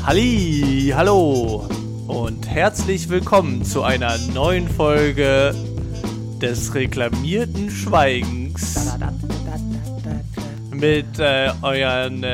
Halli, hallo und herzlich willkommen zu einer neuen Folge des reklamierten Schweigens mit euren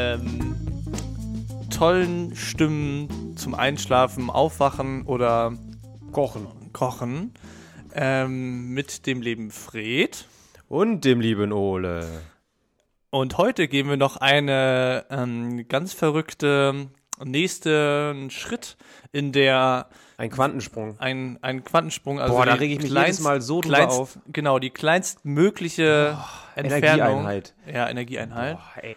tollen Stimmen zum Einschlafen, Aufwachen oder Kochen mit dem lieben Fred und dem lieben Ole. Und heute gehen wir noch eine ganz verrückte nächsten Schritt in der... Ein Quantensprung. Ein Quantensprung. Also da rege ich mich jedes Mal so drüber auf. Genau, die kleinstmögliche Entfernung. Energieeinheit. Ja, Energieeinheit.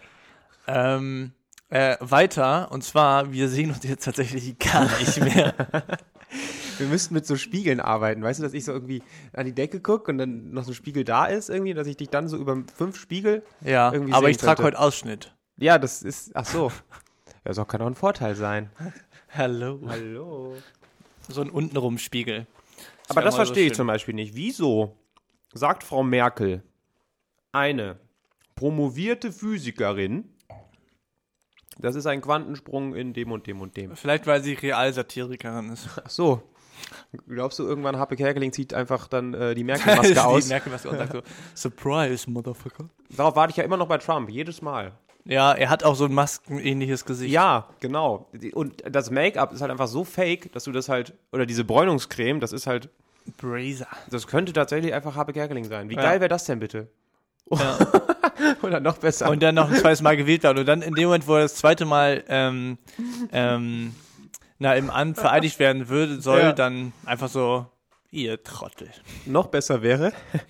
Weiter, und zwar, wir sehen uns jetzt tatsächlich gar nicht mehr. Wir müssten mit so Spiegeln arbeiten, weißt du, dass ich so irgendwie an die Decke gucke und dann noch so ein Spiegel da ist irgendwie, dass ich dich dann so über 5 Spiegel irgendwie aber sehen ich trage könnte. heute Ausschnitt. Ja, das ist, ach so. Ja, das kann auch ein Vorteil sein. Hallo. So ein untenrum Spiegel. Aber das verstehe ich zum Beispiel nicht. Wieso sagt Frau Merkel, eine promovierte Physikerin, das ist ein Quantensprung in dem und dem und dem? Vielleicht, weil sie Realsatirikerin ist. Ach so. Glaubst du, irgendwann Happe Kerkeling zieht einfach dann die Merkel-Maske aus? Die Merkel-Maske und sagt so, Surprise, Motherfucker. Darauf warte ich ja immer noch bei Trump, jedes Mal. Ja, er hat auch so ein maskenähnliches Gesicht. Ja, genau. Und das Make-up ist halt einfach so fake, dass du das halt, oder diese Bräunungscreme, das ist halt... Brazer. Das könnte tatsächlich einfach Happe Kerkeling sein. Wie geil wäre das denn bitte? Ja. Oder noch besser. Und dann noch ein zweites Mal gewählt werden. Und dann in dem Moment, wo er das zweite Mal im Amt vereidigt werden soll, dann einfach so, ihr Trottel. Noch besser wäre,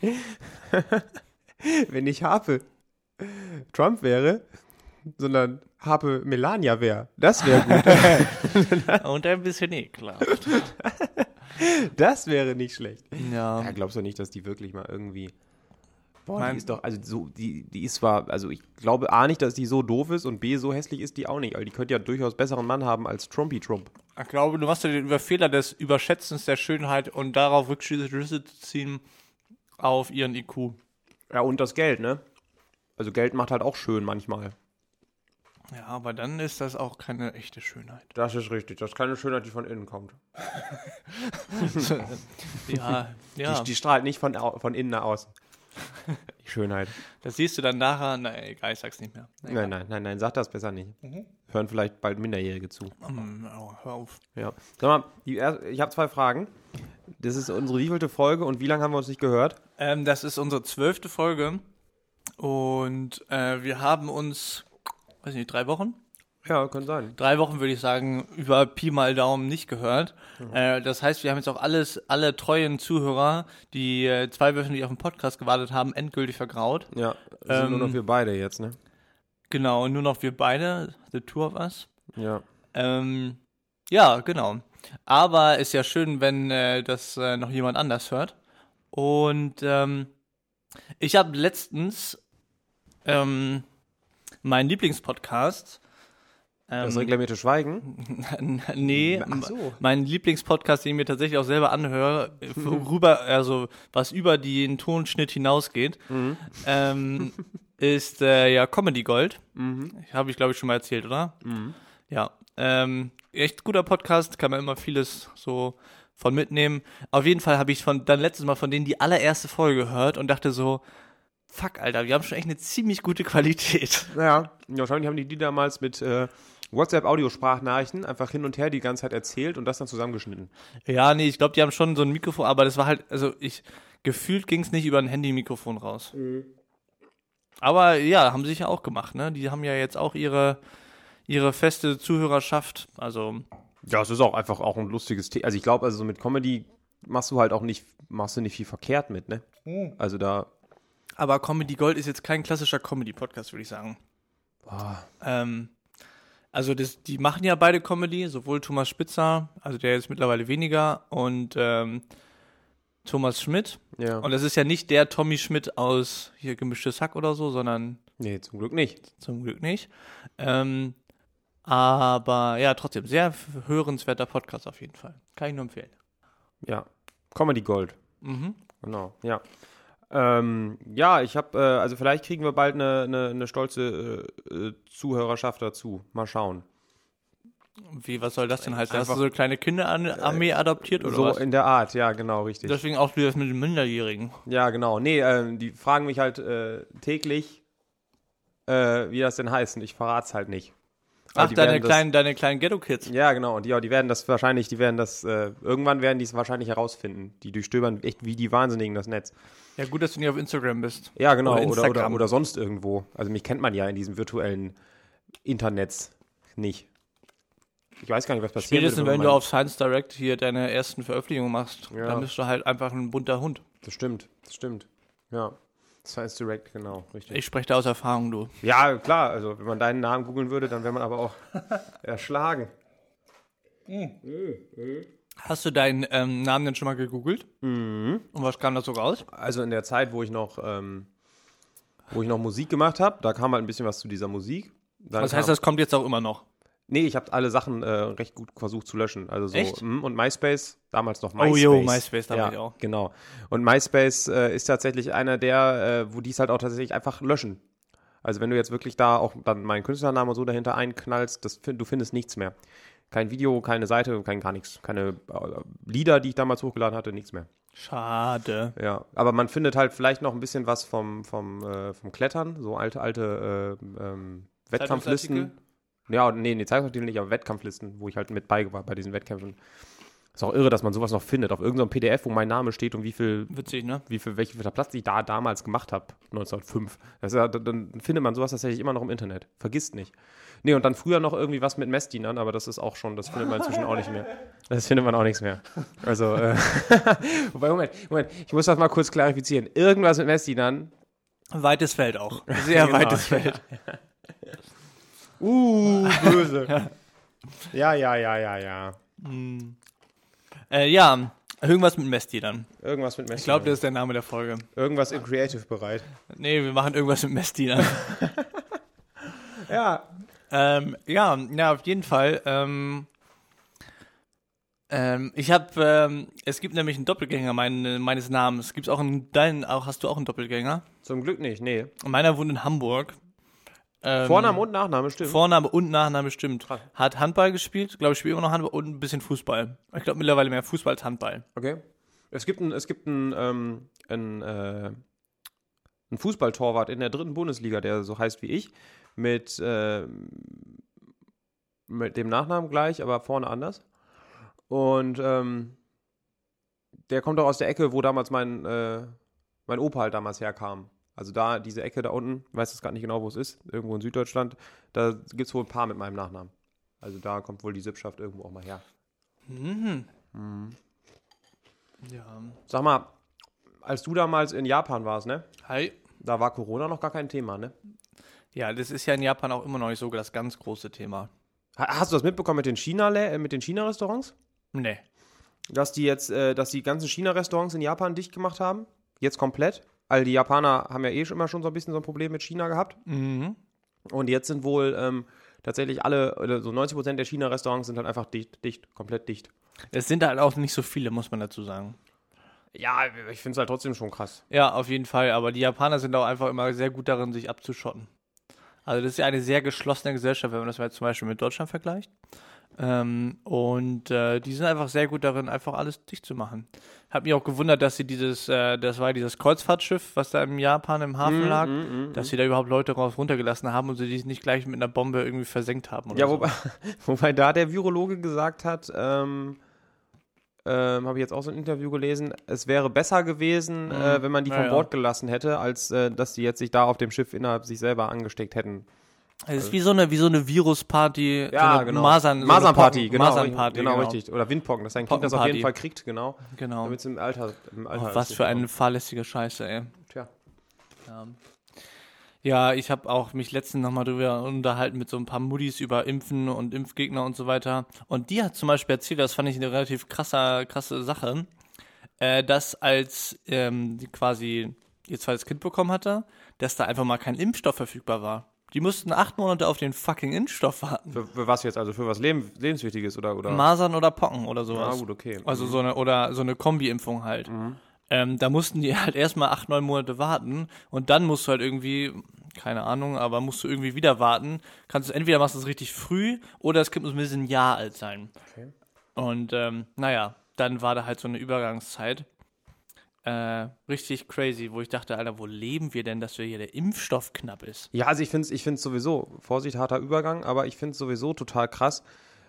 wenn nicht Harpe Trump wäre, sondern Harpe Melania wäre. Das wäre gut. Und ein bisschen ekelhaft. Das wäre nicht schlecht. Ja. Ja, glaubst du nicht, dass die wirklich mal irgendwie... Boah, die ist doch, also so, die ist zwar, also ich glaube A nicht, dass die so doof ist und B, so hässlich ist die auch nicht. Also die könnte ja durchaus besseren Mann haben als Trumpy Trump. Ich glaube, du machst ja den Fehler des Überschätzens der Schönheit und darauf Rückschlüsse zu ziehen auf ihren IQ. Ja, und das Geld, ne? Also Geld macht halt auch schön manchmal. Ja, aber dann ist das auch keine echte Schönheit. Das ist richtig, das ist keine Schönheit, die von innen kommt. Ja. Die strahlt nicht von innen nach außen. Die Schönheit. Das siehst du dann nachher. Nein, egal, ich sag's nicht mehr. Nein, sag das besser nicht. Hören vielleicht bald Minderjährige zu. Hör auf. Ja. Sag mal, ich habe 2 Fragen. Das ist unsere wievielte Folge und wie lange haben wir uns nicht gehört? Das ist unsere 12. Folge und wir haben uns, weiß nicht, 3 Wochen? Ja, kann sein. 3 Wochen würde ich sagen, über Pi mal Daumen nicht gehört. Das heißt, wir haben jetzt auch alle treuen Zuhörer, die 2 Wöchentlich auf den Podcast gewartet haben, endgültig vergraut. Ja, sind nur noch wir beide jetzt, ne? Genau, nur noch wir beide, the two of us. Ja. Ja, genau. Aber ist ja schön, wenn das noch jemand anders hört. Und ich habe letztens meinen Lieblingspodcast. Das reklamierte Schweigen? Nee, Ach so. mein Lieblingspodcast, den ich mir tatsächlich auch selber anhöre, also was über den Tonschnitt hinausgeht, ist Comedy Gold. Habe ich, glaube ich, schon mal erzählt, oder? Ja, echt guter Podcast, kann man immer vieles so von mitnehmen. Auf jeden Fall habe ich dann letztes Mal von denen die allererste Folge gehört und dachte so, fuck, Alter, wir haben schon echt eine ziemlich gute Qualität. Ja, wahrscheinlich haben die damals mit WhatsApp-Audiosprachnachrichten einfach hin und her die ganze Zeit erzählt und das dann zusammengeschnitten. Ja, nee, ich glaube, die haben schon so ein Mikrofon, aber das war halt, also gefühlt ging es nicht über ein Handy-Mikrofon raus. Aber ja, haben sie sich ja auch gemacht, ne? Die haben ja jetzt auch ihre feste Zuhörerschaft, also... Ja, es ist auch einfach auch ein lustiges Thema. Also ich glaube, also so mit Comedy machst du nicht viel verkehrt mit, ne? Also da... Aber Comedy Gold ist jetzt kein klassischer Comedy-Podcast, würde ich sagen. Also die machen ja beide Comedy, sowohl Thomas Spitzer, also der jetzt mittlerweile weniger, und Thomas Schmidt. Ja. Und das ist ja nicht der Tommy Schmidt aus hier Gemischtes Hack oder so, sondern... Nee, zum Glück nicht. Zum Glück nicht. Aber ja, trotzdem, sehr hörenswerter Podcast auf jeden Fall. Kann ich nur empfehlen. Ja, Comedy Gold. Genau, ja. Ja, ich habe, also vielleicht kriegen wir bald eine stolze Zuhörerschaft dazu. Mal schauen. Wie, was soll das denn heißen? Hast du so eine kleine Kinderarmee adoptiert oder so was? So in der Art, ja, genau, richtig. Deswegen auch wieder das mit den Minderjährigen. Ja, genau. Nee, die fragen mich halt täglich, wie das denn heißt. Und ich verrat's halt nicht. Ach, deine kleinen Ghetto-Kids. Ja, genau. Und die werden das wahrscheinlich, irgendwann werden die es wahrscheinlich herausfinden. Die durchstöbern echt wie die Wahnsinnigen das Netz. Ja, gut, dass du nicht auf Instagram bist. Ja, genau. Oder sonst irgendwo. Also mich kennt man ja in diesem virtuellen Internet nicht. Ich weiß gar nicht, was passiert. Spätestens, wenn du auf Science Direct hier deine ersten Veröffentlichungen machst, dann bist du halt einfach ein bunter Hund. Das stimmt. Ja. Science Direct, genau, richtig. Ich spreche da aus Erfahrung, du. Ja, klar, also wenn man deinen Namen googeln würde, dann wäre man aber auch erschlagen. Hast du deinen Namen denn schon mal gegoogelt? Mhm. Und was kam da so raus? Also in der Zeit, wo ich noch Musik gemacht habe, da kam halt ein bisschen was zu dieser Musik. Das heißt, das kommt jetzt auch immer noch? Nee, ich habe alle Sachen recht gut versucht zu löschen. Also so, echt? Und MySpace, damals noch MySpace. Oh jo, MySpace, da war ich auch. Genau. Und MySpace ist tatsächlich einer der, wo die es halt auch tatsächlich einfach löschen. Also wenn du jetzt wirklich da auch dann meinen Künstlernamen und so dahinter einknallst, du findest nichts mehr. Kein Video, keine Seite, gar nichts. Keine Lieder, die ich damals hochgeladen hatte, nichts mehr. Schade. Ja, aber man findet halt vielleicht noch ein bisschen was vom Klettern, so alte Wettkampflisten. Ja, nee, Zeitungsartikel nicht, aber Wettkampflisten, wo ich halt mit bei war bei diesen Wettkämpfen. Ist auch irre, dass man sowas noch findet, auf irgendeinem PDF, wo mein Name steht und Witzig, ne? welcher Platz ich da damals gemacht habe, 1905. Dann findet man sowas tatsächlich immer noch im Internet. Vergisst nicht. Nee, und dann früher noch irgendwie was mit Messdienern, aber das ist auch schon, das findet man inzwischen auch nicht mehr. Das findet man auch nichts mehr. Also, wobei, Moment, ich muss das mal kurz klarifizieren. Irgendwas mit Messdienern. Weites Feld auch. Sehr genau. Weites Feld. Böse. Ja. Ja, irgendwas mit Mesti dann. Irgendwas mit Mesti. Ich glaube, das ist der Name der Folge. Irgendwas im Creative-Bereich. Nee, wir machen irgendwas mit Mesti dann. Ja. Ja, auf jeden Fall. Es gibt nämlich einen Doppelgänger meines Namens. Gibt's auch hast du auch einen Doppelgänger? Zum Glück nicht, nee. Meiner wohnt in Hamburg. Vorname und Nachname stimmt. Vorname und Nachname stimmt. Krass. Hat Handball gespielt, glaube ich, spielt immer noch Handball und ein bisschen Fußball. Ich glaube mittlerweile mehr Fußball als Handball. Okay. Es gibt einen Fußballtorwart in der 3. Bundesliga, der so heißt wie ich, mit dem Nachnamen gleich, aber vorne anders. Und der kommt auch aus der Ecke, wo damals mein Opa halt damals herkam. Also da, diese Ecke da unten, ich weiß jetzt gar nicht genau, wo es ist, irgendwo in Süddeutschland, da gibt es wohl ein paar mit meinem Nachnamen. Also da kommt wohl die Sippschaft irgendwo auch mal her. Mhm. Ja. Sag mal, als du damals in Japan warst, ne? Hi. Da war Corona noch gar kein Thema, ne? Ja, das ist ja in Japan auch immer noch nicht so das ganz große Thema. Hast du das mitbekommen mit den China-Restaurants? Nee. Dass die ganzen China-Restaurants in Japan dicht gemacht haben? Jetzt komplett? All die Japaner haben ja immer schon so ein bisschen so ein Problem mit China gehabt. Mhm. Und jetzt sind wohl tatsächlich alle, oder so 90% der China-Restaurants sind halt einfach komplett dicht. Es sind halt auch nicht so viele, muss man dazu sagen. Ja, ich finde es halt trotzdem schon krass. Ja, auf jeden Fall. Aber die Japaner sind auch einfach immer sehr gut darin, sich abzuschotten. Also das ist ja eine sehr geschlossene Gesellschaft, wenn man das mal zum Beispiel mit Deutschland vergleicht. Die sind einfach sehr gut darin, einfach alles dicht zu machen. Hab mich auch gewundert, dass sie das war dieses Kreuzfahrtschiff, was da in Japan im Hafen lag, dass sie da überhaupt Leute runtergelassen haben und sie die nicht gleich mit einer Bombe irgendwie versenkt haben. Oder ja, wobei da der Virologe gesagt hat, habe ich jetzt auch so ein Interview gelesen, es wäre besser gewesen, wenn man die von Bord gelassen hätte, als dass die jetzt sich da auf dem Schiff innerhalb sich selber angesteckt hätten. Es ist wie so eine Virusparty, ja, so eine genau. Masernparty, Masernparty, genau, richtig. Oder Windpocken, dass dein Kind das auf jeden Fall kriegt, genau. Damit es im Alter was für eine fahrlässige Scheiße, ey. Tja. Ja, ich habe auch mich letztens nochmal drüber unterhalten mit so ein paar Muddis über Impfen und Impfgegner und so weiter. Und die hat zum Beispiel erzählt, das fand ich eine relativ krasse Sache, dass als die quasi ihr zweites Kind bekommen hatte, dass da einfach mal kein Impfstoff verfügbar war. Die mussten 8 Monate auf den fucking Impfstoff warten. Für was jetzt? Also für was Lebenswichtiges oder? Masern oder Pocken oder sowas. Ah, gut, okay. Also so eine Kombi-Impfung halt. Da mussten die halt erstmal 8-9 Monate warten und dann musst du halt irgendwie, keine Ahnung, aber musst du irgendwie wieder warten. Entweder machst du es richtig früh oder das Kind muss mindestens ein Jahr alt sein. Okay. Und dann war da halt so eine Übergangszeit. Richtig crazy, wo ich dachte, Alter, wo leben wir denn, dass hier der Impfstoff knapp ist? Ja, also ich find's sowieso, Vorsicht, harter Übergang, aber ich finde es sowieso total krass,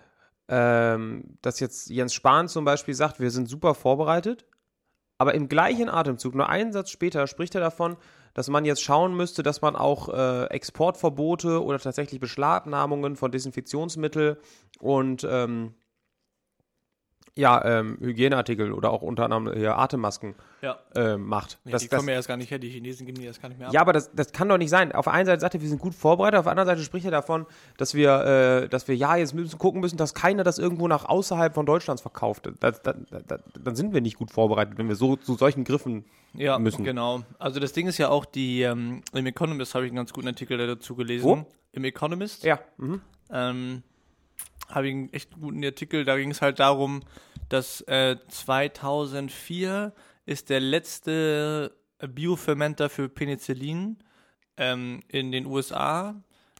dass jetzt Jens Spahn zum Beispiel sagt, wir sind super vorbereitet, aber im gleichen Atemzug, nur einen Satz später, spricht er davon, dass man jetzt schauen müsste, dass man auch Exportverbote oder tatsächlich Beschlagnahmungen von Desinfektionsmittel und Hygieneartikel oder auch unter anderem Atemmasken macht. Ja, die kommen ja erst gar nicht her, die Chinesen geben die erst gar nicht mehr ab. Ja, aber das kann doch nicht sein. Auf der einen Seite sagt er, wir sind gut vorbereitet, auf der anderen Seite spricht er davon, dass wir jetzt gucken müssen, dass keiner das irgendwo nach außerhalb von Deutschlands verkauft. Dann sind wir nicht gut vorbereitet, wenn wir so zu solchen Griffen müssen. Ja, genau. Also das Ding ist ja auch, im Economist habe ich einen ganz guten Artikel dazu gelesen. Wo? Im Economist? Ja. Habe ich einen echt guten Artikel, da ging es halt darum, dass 2004 ist der letzte Biofermenter für Penicillin in den USA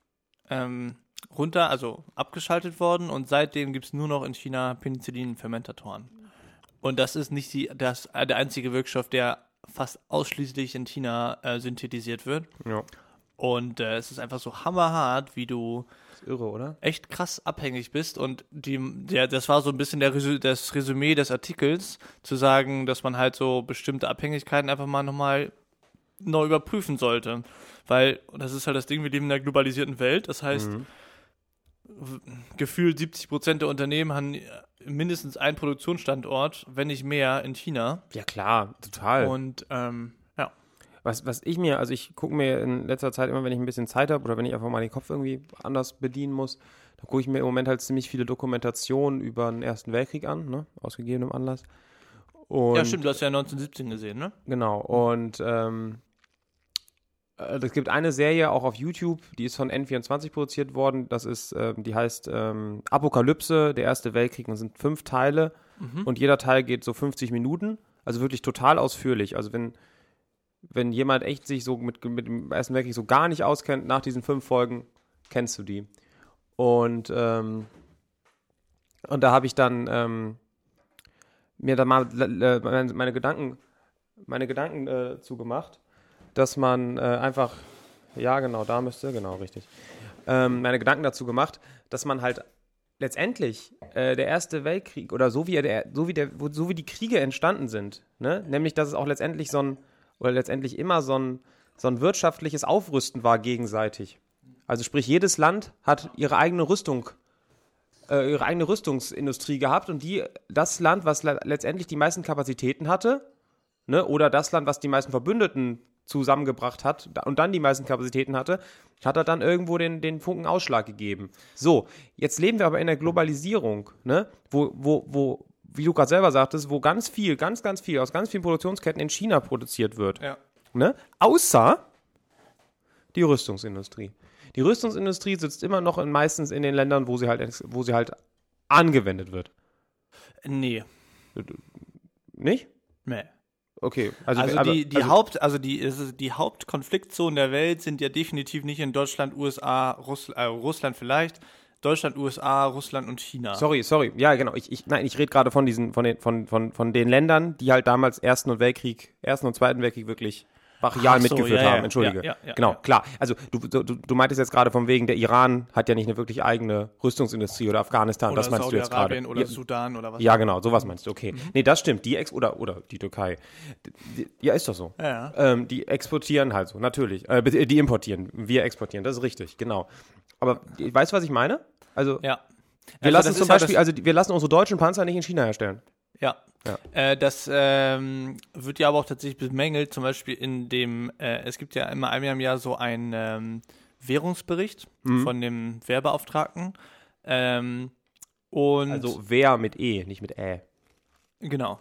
abgeschaltet worden und seitdem gibt es nur noch in China Penicillin-Fermentatoren. Und das ist nicht der einzige Wirkstoff, der fast ausschließlich in China synthetisiert wird. Ja. Und es ist einfach so hammerhart, wie du Irre, oder? echt krass abhängig bist und das war so ein bisschen das Resümee des Artikels, zu sagen, dass man halt so bestimmte Abhängigkeiten einfach mal nochmal neu überprüfen sollte, weil das ist halt das Ding, wir leben in einer globalisierten Welt, das heißt, gefühlt 70% der Unternehmen haben mindestens einen Produktionsstandort, wenn nicht mehr, in China. Ja klar, total. Und ich gucke mir in letzter Zeit immer, wenn ich ein bisschen Zeit habe oder wenn ich einfach mal den Kopf irgendwie anders bedienen muss, da gucke ich mir im Moment halt ziemlich viele Dokumentationen über den Ersten Weltkrieg an, ne, aus gegebenem Anlass. Und ja, stimmt, du hast ja 1917 gesehen, ne? Genau, und es gibt eine Serie auch auf YouTube, die ist von N24 produziert worden, die heißt Apokalypse, der Erste Weltkrieg, und das sind 5 Teile und jeder Teil geht so 50 Minuten, also wirklich total ausführlich, also wenn jemand echt sich so mit dem Ersten Weltkrieg so gar nicht auskennt, nach diesen 5 Folgen kennst du die. Und da habe ich dann mir da mal meine Gedanken zugemacht, dass man einfach, ja genau, richtig, meine Gedanken dazu gemacht, dass man halt letztendlich der Erste Weltkrieg oder so wie die Kriege entstanden sind, ne, nämlich dass es auch letztendlich immer so ein wirtschaftliches Aufrüsten war gegenseitig. Also sprich, jedes Land hat ihre eigene Rüstungsindustrie gehabt und das Land, was letztendlich die meisten Kapazitäten hatte, ne, oder das Land, was die meisten Verbündeten zusammengebracht hat und dann die meisten Kapazitäten hatte, hat er dann irgendwo den Funken Ausschlag gegeben. So, jetzt leben wir aber in der Globalisierung, ne, wo wie du gerade selber sagtest, wo ganz viel aus ganz vielen Produktionsketten in China produziert wird. Ja. Ne? Außer die Rüstungsindustrie. Die Rüstungsindustrie sitzt immer noch meistens in den Ländern, wo sie halt angewendet wird. Nee. Nicht? Nee. Okay. Die Hauptkonfliktzonen der Welt sind ja definitiv nicht in Deutschland, USA, Russland vielleicht, Deutschland, USA, Russland und China. Sorry. Ja, genau. Ich rede gerade von den Ländern, die halt damals Ersten und Zweiten Weltkrieg wirklich brachial mitgeführt haben. Entschuldige. Ja, genau, klar. Also du meintest jetzt gerade von wegen, der Iran hat ja nicht eine wirklich eigene Rüstungsindustrie oder Afghanistan. Oder das meinst du jetzt gerade. Oder Sudan oder was. Ja, genau. Sowas meinst du. Okay. Nee, das stimmt. Oder die Türkei. Ja, ist doch so. Ja. Die exportieren halt so, natürlich. Die importieren. Wir exportieren. Das ist richtig. Genau. Aber weißt du, was ich meine? Also, ja. Wir lassen zum Beispiel, wir lassen unsere deutschen Panzer nicht in China herstellen. Ja. Das wird ja aber auch tatsächlich bemängelt, zum Beispiel in dem, es gibt ja immer einmal im Jahr so einen Währungsbericht von dem Wehrbeauftragten. Und also Wehr mit E, nicht mit Ä. Genau.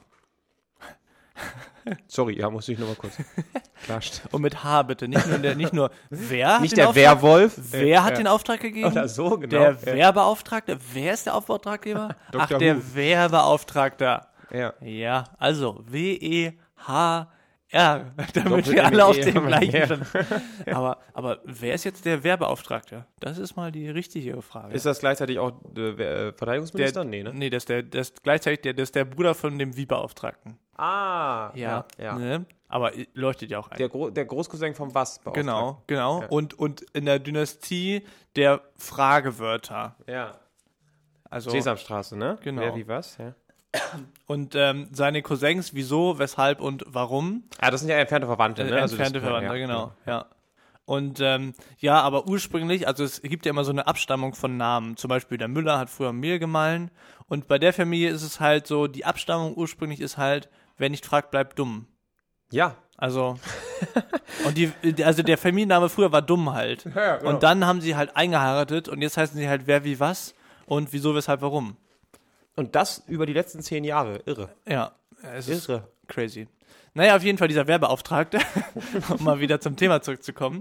Sorry, ja, musste ich nur mal kurz klarstellen. Und mit H bitte, nicht nur wer nicht der Werwolf. Wer hat den Auftrag gegeben? Oder so, genau. Der Wehrbeauftragte. Wer ist der Auftraggeber? Ach, der Wehrbeauftragte. Ja. Ja, also W-E-H-R-B-E-A-U-F-T-R-A-G-T-E. R, damit wir alle auf dem gleichen Stand. Aber wer ist jetzt der Wehrbeauftragte? Das ist mal die richtige Frage. Ist das gleichzeitig auch der Verteidigungsminister? Nee, ne? Nee, das ist gleichzeitig das ist der Bruder von dem Wie-Beauftragten. Ah, ja. Ne? Aber leuchtet ja auch ein. Der Großcousin vom was? Genau. Ja. Und in der Dynastie der Fragewörter. Ja. Also, Sesamstraße, ne? Genau. Wer wie was, ja. Und seine Cousins, wieso, weshalb und warum. Ah, das sind ja entfernte Verwandte, ne? Entfernte Verwandte, genau, ja. Und ja, aber ursprünglich, also es gibt ja immer so eine Abstammung von Namen. Zum Beispiel der Müller hat früher Mehl gemahlen. Und bei der Familie ist es halt so, die Abstammung ursprünglich ist halt, wer nicht fragt, bleibt dumm. Ja. Also, und also der Familienname früher war dumm halt. Ja, genau. Und dann haben sie halt eingeheiratet und jetzt heißen sie halt wer wie was und wieso, weshalb, warum. Und das über die letzten 10 Jahre. Irre. Ja, es ist Irre. crazy. Naja, auf jeden Fall dieser Werbeauftragte, um mal wieder zum Thema zurückzukommen,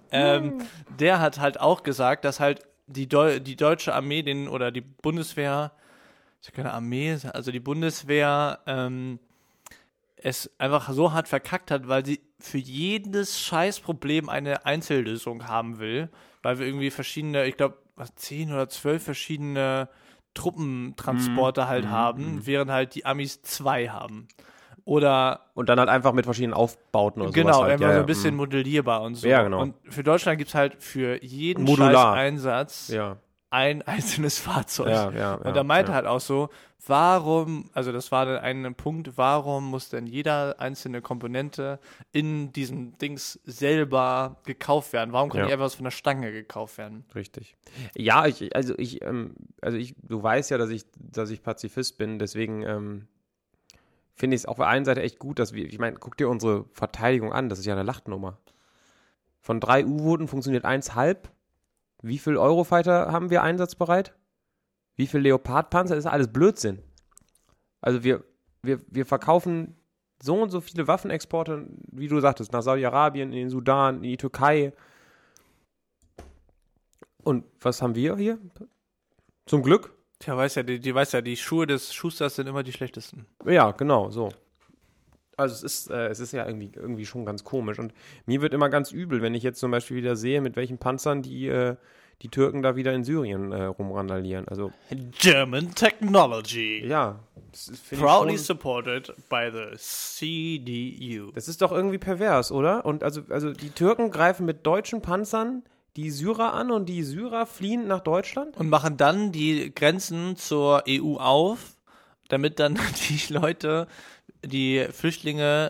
der hat halt auch gesagt, dass halt die deutsche Armee oder die Bundeswehr, ist ja keine Armee, also die Bundeswehr es einfach so hart verkackt hat, weil sie für jedes Scheißproblem eine Einzellösung haben will, weil wir irgendwie verschiedene, ich glaube, 10 oder 12 verschiedene Truppentransporte halt haben, während halt die Amis 2 haben. Oder und dann halt einfach mit verschiedenen Aufbauten und genau, sowas. Halt. Immer so ein bisschen modellierbar und so. Ja, genau. Und für Deutschland gibt es halt für jeden Modular-Einsatz ein einzelnes Fahrzeug. Ja, und da meinte halt auch so, warum, also das war dann ein Punkt, warum muss denn jeder einzelne Komponente in diesem Dings selber gekauft werden? Warum kann nicht einfach was von der Stange gekauft werden? Richtig. Ja, du weißt ja, dass ich Pazifist bin, deswegen finde ich es auf der einen Seite echt gut, dass ich meine, guck dir unsere Verteidigung an, das ist ja eine Lachnummer. Von 3 U-Booten funktioniert 1,5. Wie viel Eurofighter haben wir einsatzbereit? Wie viel Leopard-Panzer? Das ist alles Blödsinn. Also wir verkaufen so und so viele Waffenexporte, wie du sagtest, nach Saudi-Arabien, in den Sudan, in die Türkei. Und was haben wir hier? Zum Glück. Tja, die Schuhe des Schusters sind immer die schlechtesten. Ja, genau, so. Also es ist ja irgendwie schon ganz komisch. Und mir wird immer ganz übel, wenn ich jetzt zum Beispiel wieder sehe, mit welchen Panzern die Türken da wieder in Syrien rumrandalieren. Also German Technology. Ja. Proudly supported by the CDU. Das ist doch irgendwie pervers, oder? Und also die Türken greifen mit deutschen Panzern die Syrer an und die Syrer fliehen nach Deutschland? Und machen dann die Grenzen zur EU auf, damit dann die Leute, die Flüchtlinge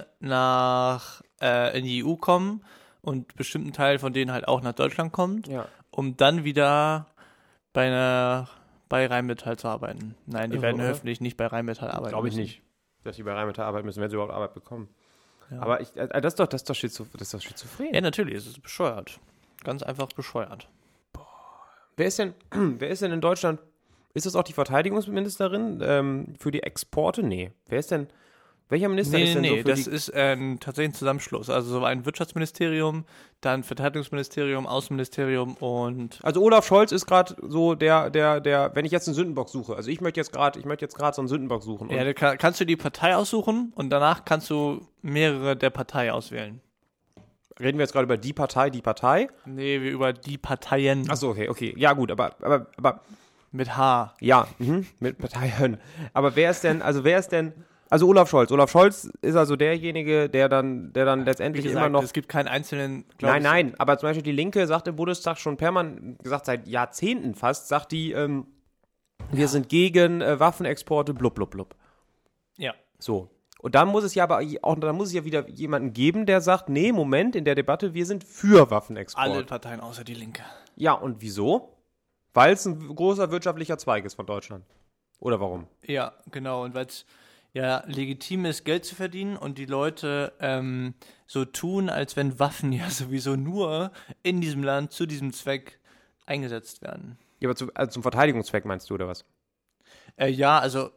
in die EU kommen und bestimmten Teil von denen halt auch nach Deutschland kommt, um dann wieder bei Rheinmetall zu arbeiten. Nein, die werden hoffentlich nicht bei Rheinmetall arbeiten. Glaube ich nicht, dass die bei Rheinmetall arbeiten müssen, wenn sie überhaupt Arbeit bekommen. Ja. Aber das ist doch schizophren. Ja, natürlich, es ist bescheuert. Ganz einfach bescheuert. Wer ist denn in Deutschland, ist das auch die Verteidigungsministerin für die Exporte? Nee. Welcher Minister ist denn so für das ist tatsächlich ein Zusammenschluss. Also so ein Wirtschaftsministerium, dann Verteidigungsministerium, Außenministerium und... Also Olaf Scholz ist gerade so der, wenn ich jetzt einen Sündenbock suche, also ich möchte jetzt gerade so einen Sündenbock suchen. Ja, da kannst du die Partei aussuchen und danach kannst du mehrere der Partei auswählen. Reden wir jetzt gerade über die Partei? Nee, über die Parteien. Achso, okay. Ja, gut, aber mit H. Ja, mit Parteien. Aber wer ist denn, also Olaf Scholz. Olaf Scholz ist also derjenige, der dann letztendlich Wie gesagt, immer noch... Es gibt keinen einzelnen... Nein, aber zum Beispiel die Linke sagt im Bundestag schon permanent, gesagt seit Jahrzehnten fast, sagt die, wir sind gegen Waffenexporte, blub, blub, blub. Ja. So. Und dann muss es ja wieder jemanden geben, der sagt, nee, Moment, in der Debatte, wir sind für Waffenexport. Alle Parteien außer die Linke. Ja, und wieso? Weil es ein großer wirtschaftlicher Zweig ist von Deutschland. Oder warum? Ja, genau. Und weil es ja legitim ist, Geld zu verdienen und die Leute so tun, als wenn Waffen ja sowieso nur in diesem Land zu diesem Zweck eingesetzt werden. Ja, aber zum Verteidigungszweck meinst du, oder was? Ja, also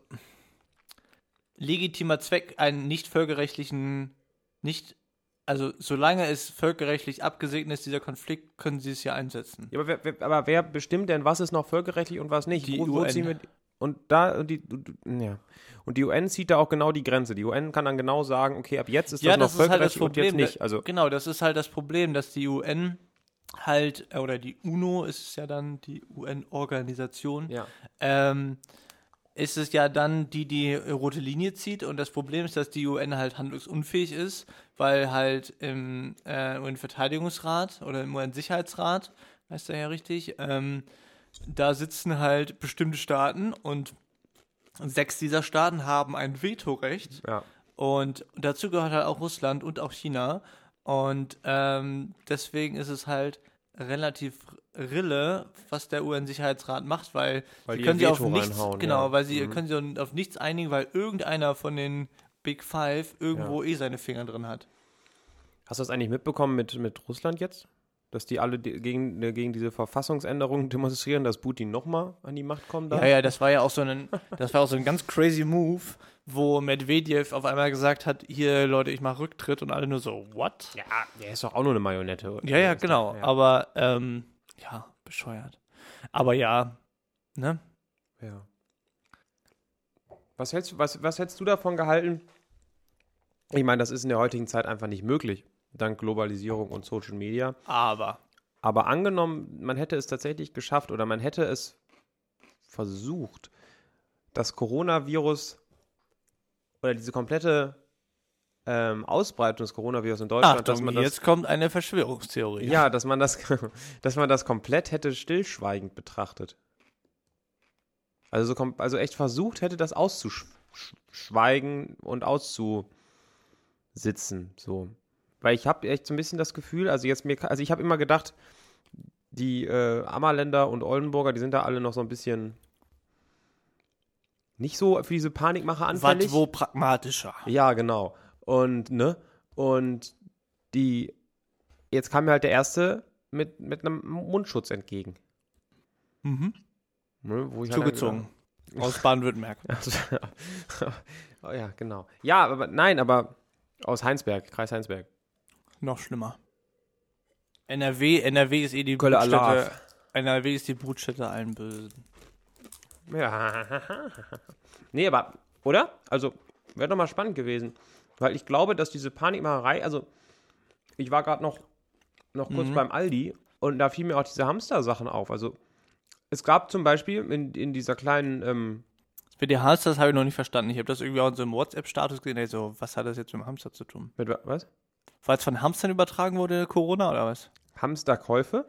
legitimer Zweck, einen nicht völkerrechtlichen, also solange es völkerrechtlich abgesegnet ist, dieser Konflikt, können sie es ja einsetzen. Ja, aber wer bestimmt denn, was ist noch völkerrechtlich und was nicht? Die UN. Und die UN zieht da auch genau die Grenze. Die UN kann dann genau sagen, okay, ab jetzt ist das noch völkerrechtlich und jetzt nicht. Also genau, das ist halt das Problem, dass die UN halt, oder die UNO ist es ja dann, die UN-Organisation, ist es ja dann die rote Linie zieht. Und das Problem ist, dass die UN halt handlungsunfähig ist, weil halt im UN-Verteidigungsrat oder im UN-Sicherheitsrat, heißt der ja richtig, da sitzen halt bestimmte Staaten und 6 dieser Staaten haben ein Vetorecht. Ja. Und dazu gehört halt auch Russland und auch China. Und deswegen ist es halt relativ Rille, was der UN-Sicherheitsrat macht, weil sie können sich auf nichts, können sie auf nichts einigen, weil irgendeiner von den Big Five irgendwo seine Finger drin hat. Hast du das eigentlich mitbekommen mit Russland jetzt? Dass die alle gegen diese Verfassungsänderung demonstrieren, dass Putin nochmal an die Macht kommt? Ja, das war auch so ein ganz crazy Move, wo Medvedev auf einmal gesagt hat, hier Leute, ich mache Rücktritt und alle nur so, what? Ja, der ist doch auch nur eine Marionette. Ja, genau, aber bescheuert. Aber ja, ne? Ja. Was hättest du davon gehalten? Ich meine, das ist in der heutigen Zeit einfach nicht möglich. Dank Globalisierung und Social Media. Aber angenommen, man hätte es tatsächlich geschafft oder man hätte es versucht, das Coronavirus oder diese komplette Ausbreitung des Coronavirus in Deutschland, jetzt kommt eine Verschwörungstheorie. Ja, dass man das komplett hätte stillschweigend betrachtet. Also echt versucht hätte, das auszuschweigen und auszusitzen, so. Weil ich habe echt so ein bisschen das Gefühl, ich habe immer gedacht, die Ammerländer und Oldenburger, die sind da alle noch so ein bisschen nicht so für diese Panikmache anfällig. Was wo pragmatischer. Ja, genau. Und jetzt kam mir halt der Erste mit einem Mundschutz entgegen. Mhm. Ne, wo ich zugezogen. Aus Baden-Württemberg. Oh, ja, genau. Ja, aber aus Heinsberg, Kreis Heinsberg. Noch schlimmer. NRW ist die Brutstätte. NRW ist die Brutstätte allen Bösen. Ja. Nee, aber, oder? Also, wäre doch mal spannend gewesen. Weil ich glaube, dass diese Panikmacherei, also, ich war gerade noch kurz beim Aldi und da fiel mir auch diese Hamster-Sachen auf. Also, es gab zum Beispiel in dieser kleinen, Mit den Hamsters habe ich noch nicht verstanden. Ich habe das irgendwie auch in so einem WhatsApp-Status gesehen. So, was hat das jetzt mit dem Hamster zu tun? Mit was? Weil es von Hamstern übertragen wurde, Corona, oder was? Hamsterkäufe?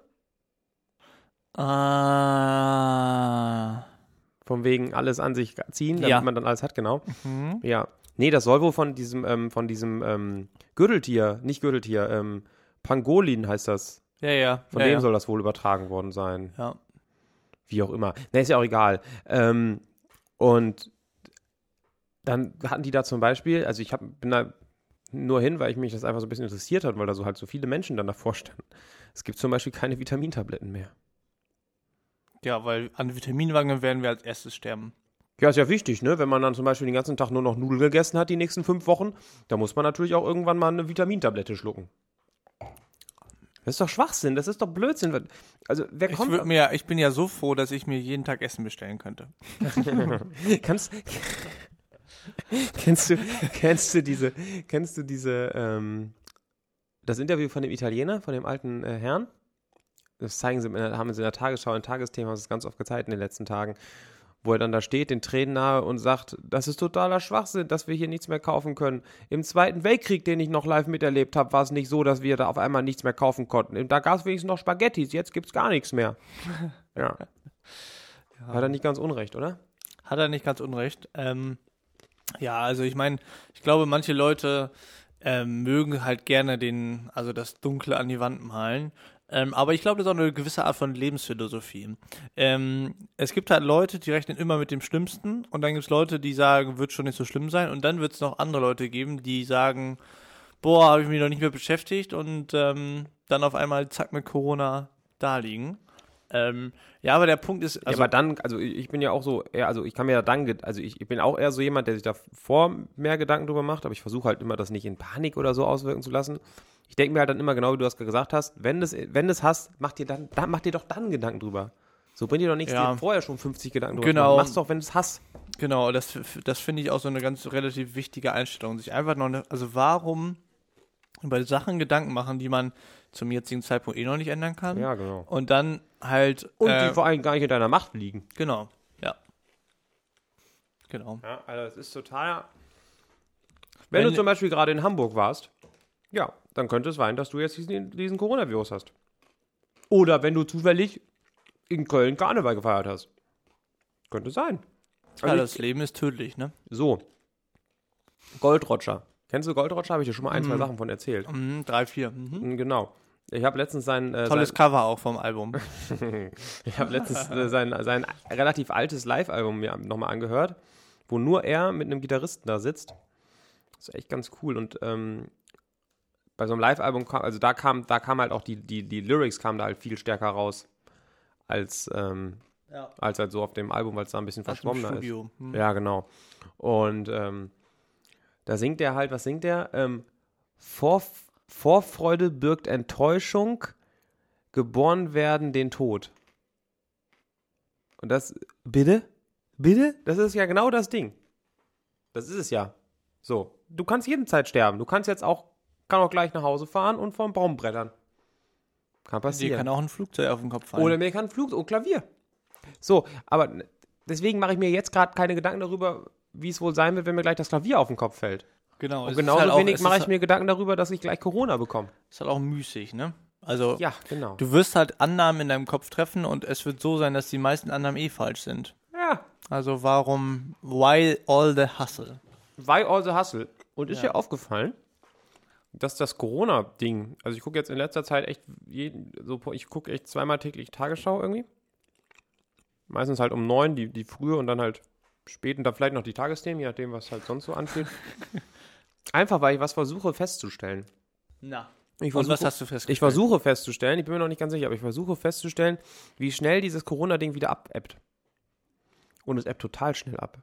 Ah. Von wegen alles an sich ziehen, damit man dann alles hat, genau. Mhm. Ja. Nee, das soll wohl von diesem Gürteltier, nicht Gürteltier, Pangolin heißt das. Ja. Von dem soll das wohl übertragen worden sein. Ja. Wie auch immer. Ne, ist ja auch egal. Und dann hatten die da zum Beispiel, also bin da nur hin, weil ich mich das einfach so ein bisschen interessiert hat, weil da so halt so viele Menschen dann davor standen. Es gibt zum Beispiel keine Vitamintabletten mehr. Ja, weil an Vitaminmangel werden wir als erstes sterben. Ja, ist ja wichtig, ne? Wenn man dann zum Beispiel den ganzen Tag nur noch Nudeln gegessen hat die nächsten 5 Wochen, da muss man natürlich auch irgendwann mal eine Vitamintablette schlucken. Das ist doch Schwachsinn, das ist doch Blödsinn. Also, ich bin ja so froh, dass ich mir jeden Tag Essen bestellen könnte. Kennst du diese, das Interview von dem Italiener, von dem alten Herrn? Das haben sie in der Tagesschau, in Tagesthemen, haben sie es ganz oft gezeigt in den letzten Tagen, wo er dann da steht, den Tränen nahe und sagt, das ist totaler Schwachsinn, dass wir hier nichts mehr kaufen können. Im Zweiten Weltkrieg, den ich noch live miterlebt habe, war es nicht so, dass wir da auf einmal nichts mehr kaufen konnten. Da gab es wenigstens noch Spaghettis, jetzt gibt es gar nichts mehr. Ja. Hat er nicht ganz unrecht, oder? Hat er nicht ganz unrecht. Ja, also ich meine, ich glaube, manche Leute mögen halt gerne das Dunkle an die Wand malen. Aber ich glaube, das ist auch eine gewisse Art von Lebensphilosophie. Es gibt halt Leute, die rechnen immer mit dem Schlimmsten und dann gibt es Leute, die sagen, wird schon nicht so schlimm sein und dann wird es noch andere Leute geben, die sagen, boah, habe ich mich noch nicht mehr beschäftigt und dann auf einmal zack mit Corona da liegen. Ja, aber der Punkt ist... Also, ja, aber dann, also ich bin ja auch so, ich kann mir ja dann, ich bin auch eher so jemand, der sich davor mehr Gedanken drüber macht, aber ich versuche halt immer, das nicht in Panik oder so auswirken zu lassen. Ich denke mir halt dann immer genau, wie du das gesagt hast, wenn du es hast, mach dir doch dann Gedanken drüber. So bringt dir doch nichts, dir vorher schon 50 Gedanken drüber genau. Mach's doch, wenn du es hast. Genau, das finde ich auch so eine ganz relativ wichtige Einstellung. Sich einfach noch, also warum über Sachen Gedanken machen, die man zum jetzigen Zeitpunkt noch nicht ändern kann. Ja, genau. Und dann halt... Und die vor allem gar nicht in deiner Macht liegen. Genau, ja. Genau. Ja, also es ist total... Wenn du zum Beispiel gerade in Hamburg warst, ja, dann könnte es sein, dass du jetzt diesen Coronavirus hast. Oder wenn du zufällig in Köln Karneval gefeiert hast. Könnte sein. Also das Leben ist tödlich, ne? So. Gold-Roger. Kennst du Gold-Roger? Habe ich dir schon mal 1, 2 Sachen von erzählt. 3, 4. Genau. Ich habe letztens Tolles Cover auch vom Album. Ich habe letztens sein relativ altes Live-Album mir nochmal angehört, wo nur er mit einem Gitarristen da sitzt. Das ist echt ganz cool. Und bei so einem Live-Album, also da kam halt auch die Lyrics kamen da halt viel stärker raus als halt so auf dem Album, weil es da ein bisschen verschwommener ist. Ja, genau. Und da singt er halt, was singt er? Vorfreude birgt Enttäuschung, geboren werden den Tod. Und das, bitte? Bitte? Das ist ja genau das Ding. Das ist es ja. So, du kannst jederzeit sterben. Du kannst kann auch gleich nach Hause fahren und vorm Baum brettern. Kann passieren. Dir kann auch ein Flugzeug auf den Kopf fallen. Oder mir kann ein Flugzeug, Klavier. So, aber deswegen mache ich mir jetzt gerade keine Gedanken darüber, wie es wohl sein wird, wenn mir gleich das Klavier auf den Kopf fällt. Genau. Und genauso halt wenig mache ich mir Gedanken darüber, dass ich gleich Corona bekomme. Ist halt auch müßig, ne? Also, ja, genau. Du wirst halt Annahmen in deinem Kopf treffen und es wird so sein, dass die meisten Annahmen falsch sind. Ja. Also why all the hustle? Why all the hustle? Und ist dir aufgefallen, dass das Corona-Ding, also ich gucke jetzt in letzter Zeit ich gucke echt 2-mal täglich Tagesschau irgendwie. Meistens halt um 9, die frühe und dann halt spät und dann vielleicht noch die Tagesthemen, je nachdem, was halt sonst so ansteht. Einfach, weil ich was versuche festzustellen. Na. Und was hast du festgestellt? Ich versuche festzustellen, ich bin mir noch nicht ganz sicher, aber ich versuche festzustellen, wie schnell dieses Corona-Ding wieder abebbt. Und es ebbt total schnell ab.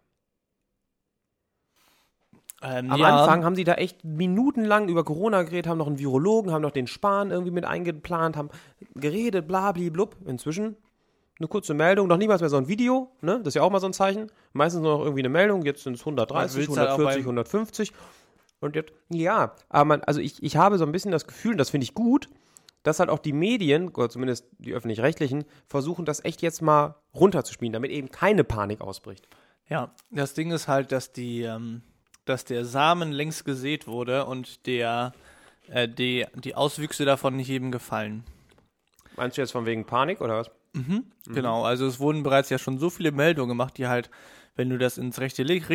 Am Anfang haben sie da echt minutenlang über Corona geredet, haben noch einen Virologen, haben noch den Spahn irgendwie mit eingeplant, haben geredet, blablablub. Inzwischen eine kurze Meldung, noch niemals mehr so ein Video, ne? Das ist ja auch mal so ein Zeichen. Meistens nur noch irgendwie eine Meldung, jetzt sind es 130, 140, 150. Und jetzt, ja, aber ich habe so ein bisschen das Gefühl, und das finde ich gut, dass halt auch die Medien, oder zumindest die Öffentlich-Rechtlichen, versuchen, das echt jetzt mal runterzuspielen, damit eben keine Panik ausbricht. Ja, das Ding ist halt, dass der Samen längst gesät wurde und die Auswüchse davon nicht jedem gefallen. Meinst du jetzt von wegen Panik oder was? Genau, also es wurden bereits ja schon so viele Meldungen gemacht, die halt, wenn du das ins rechte Licht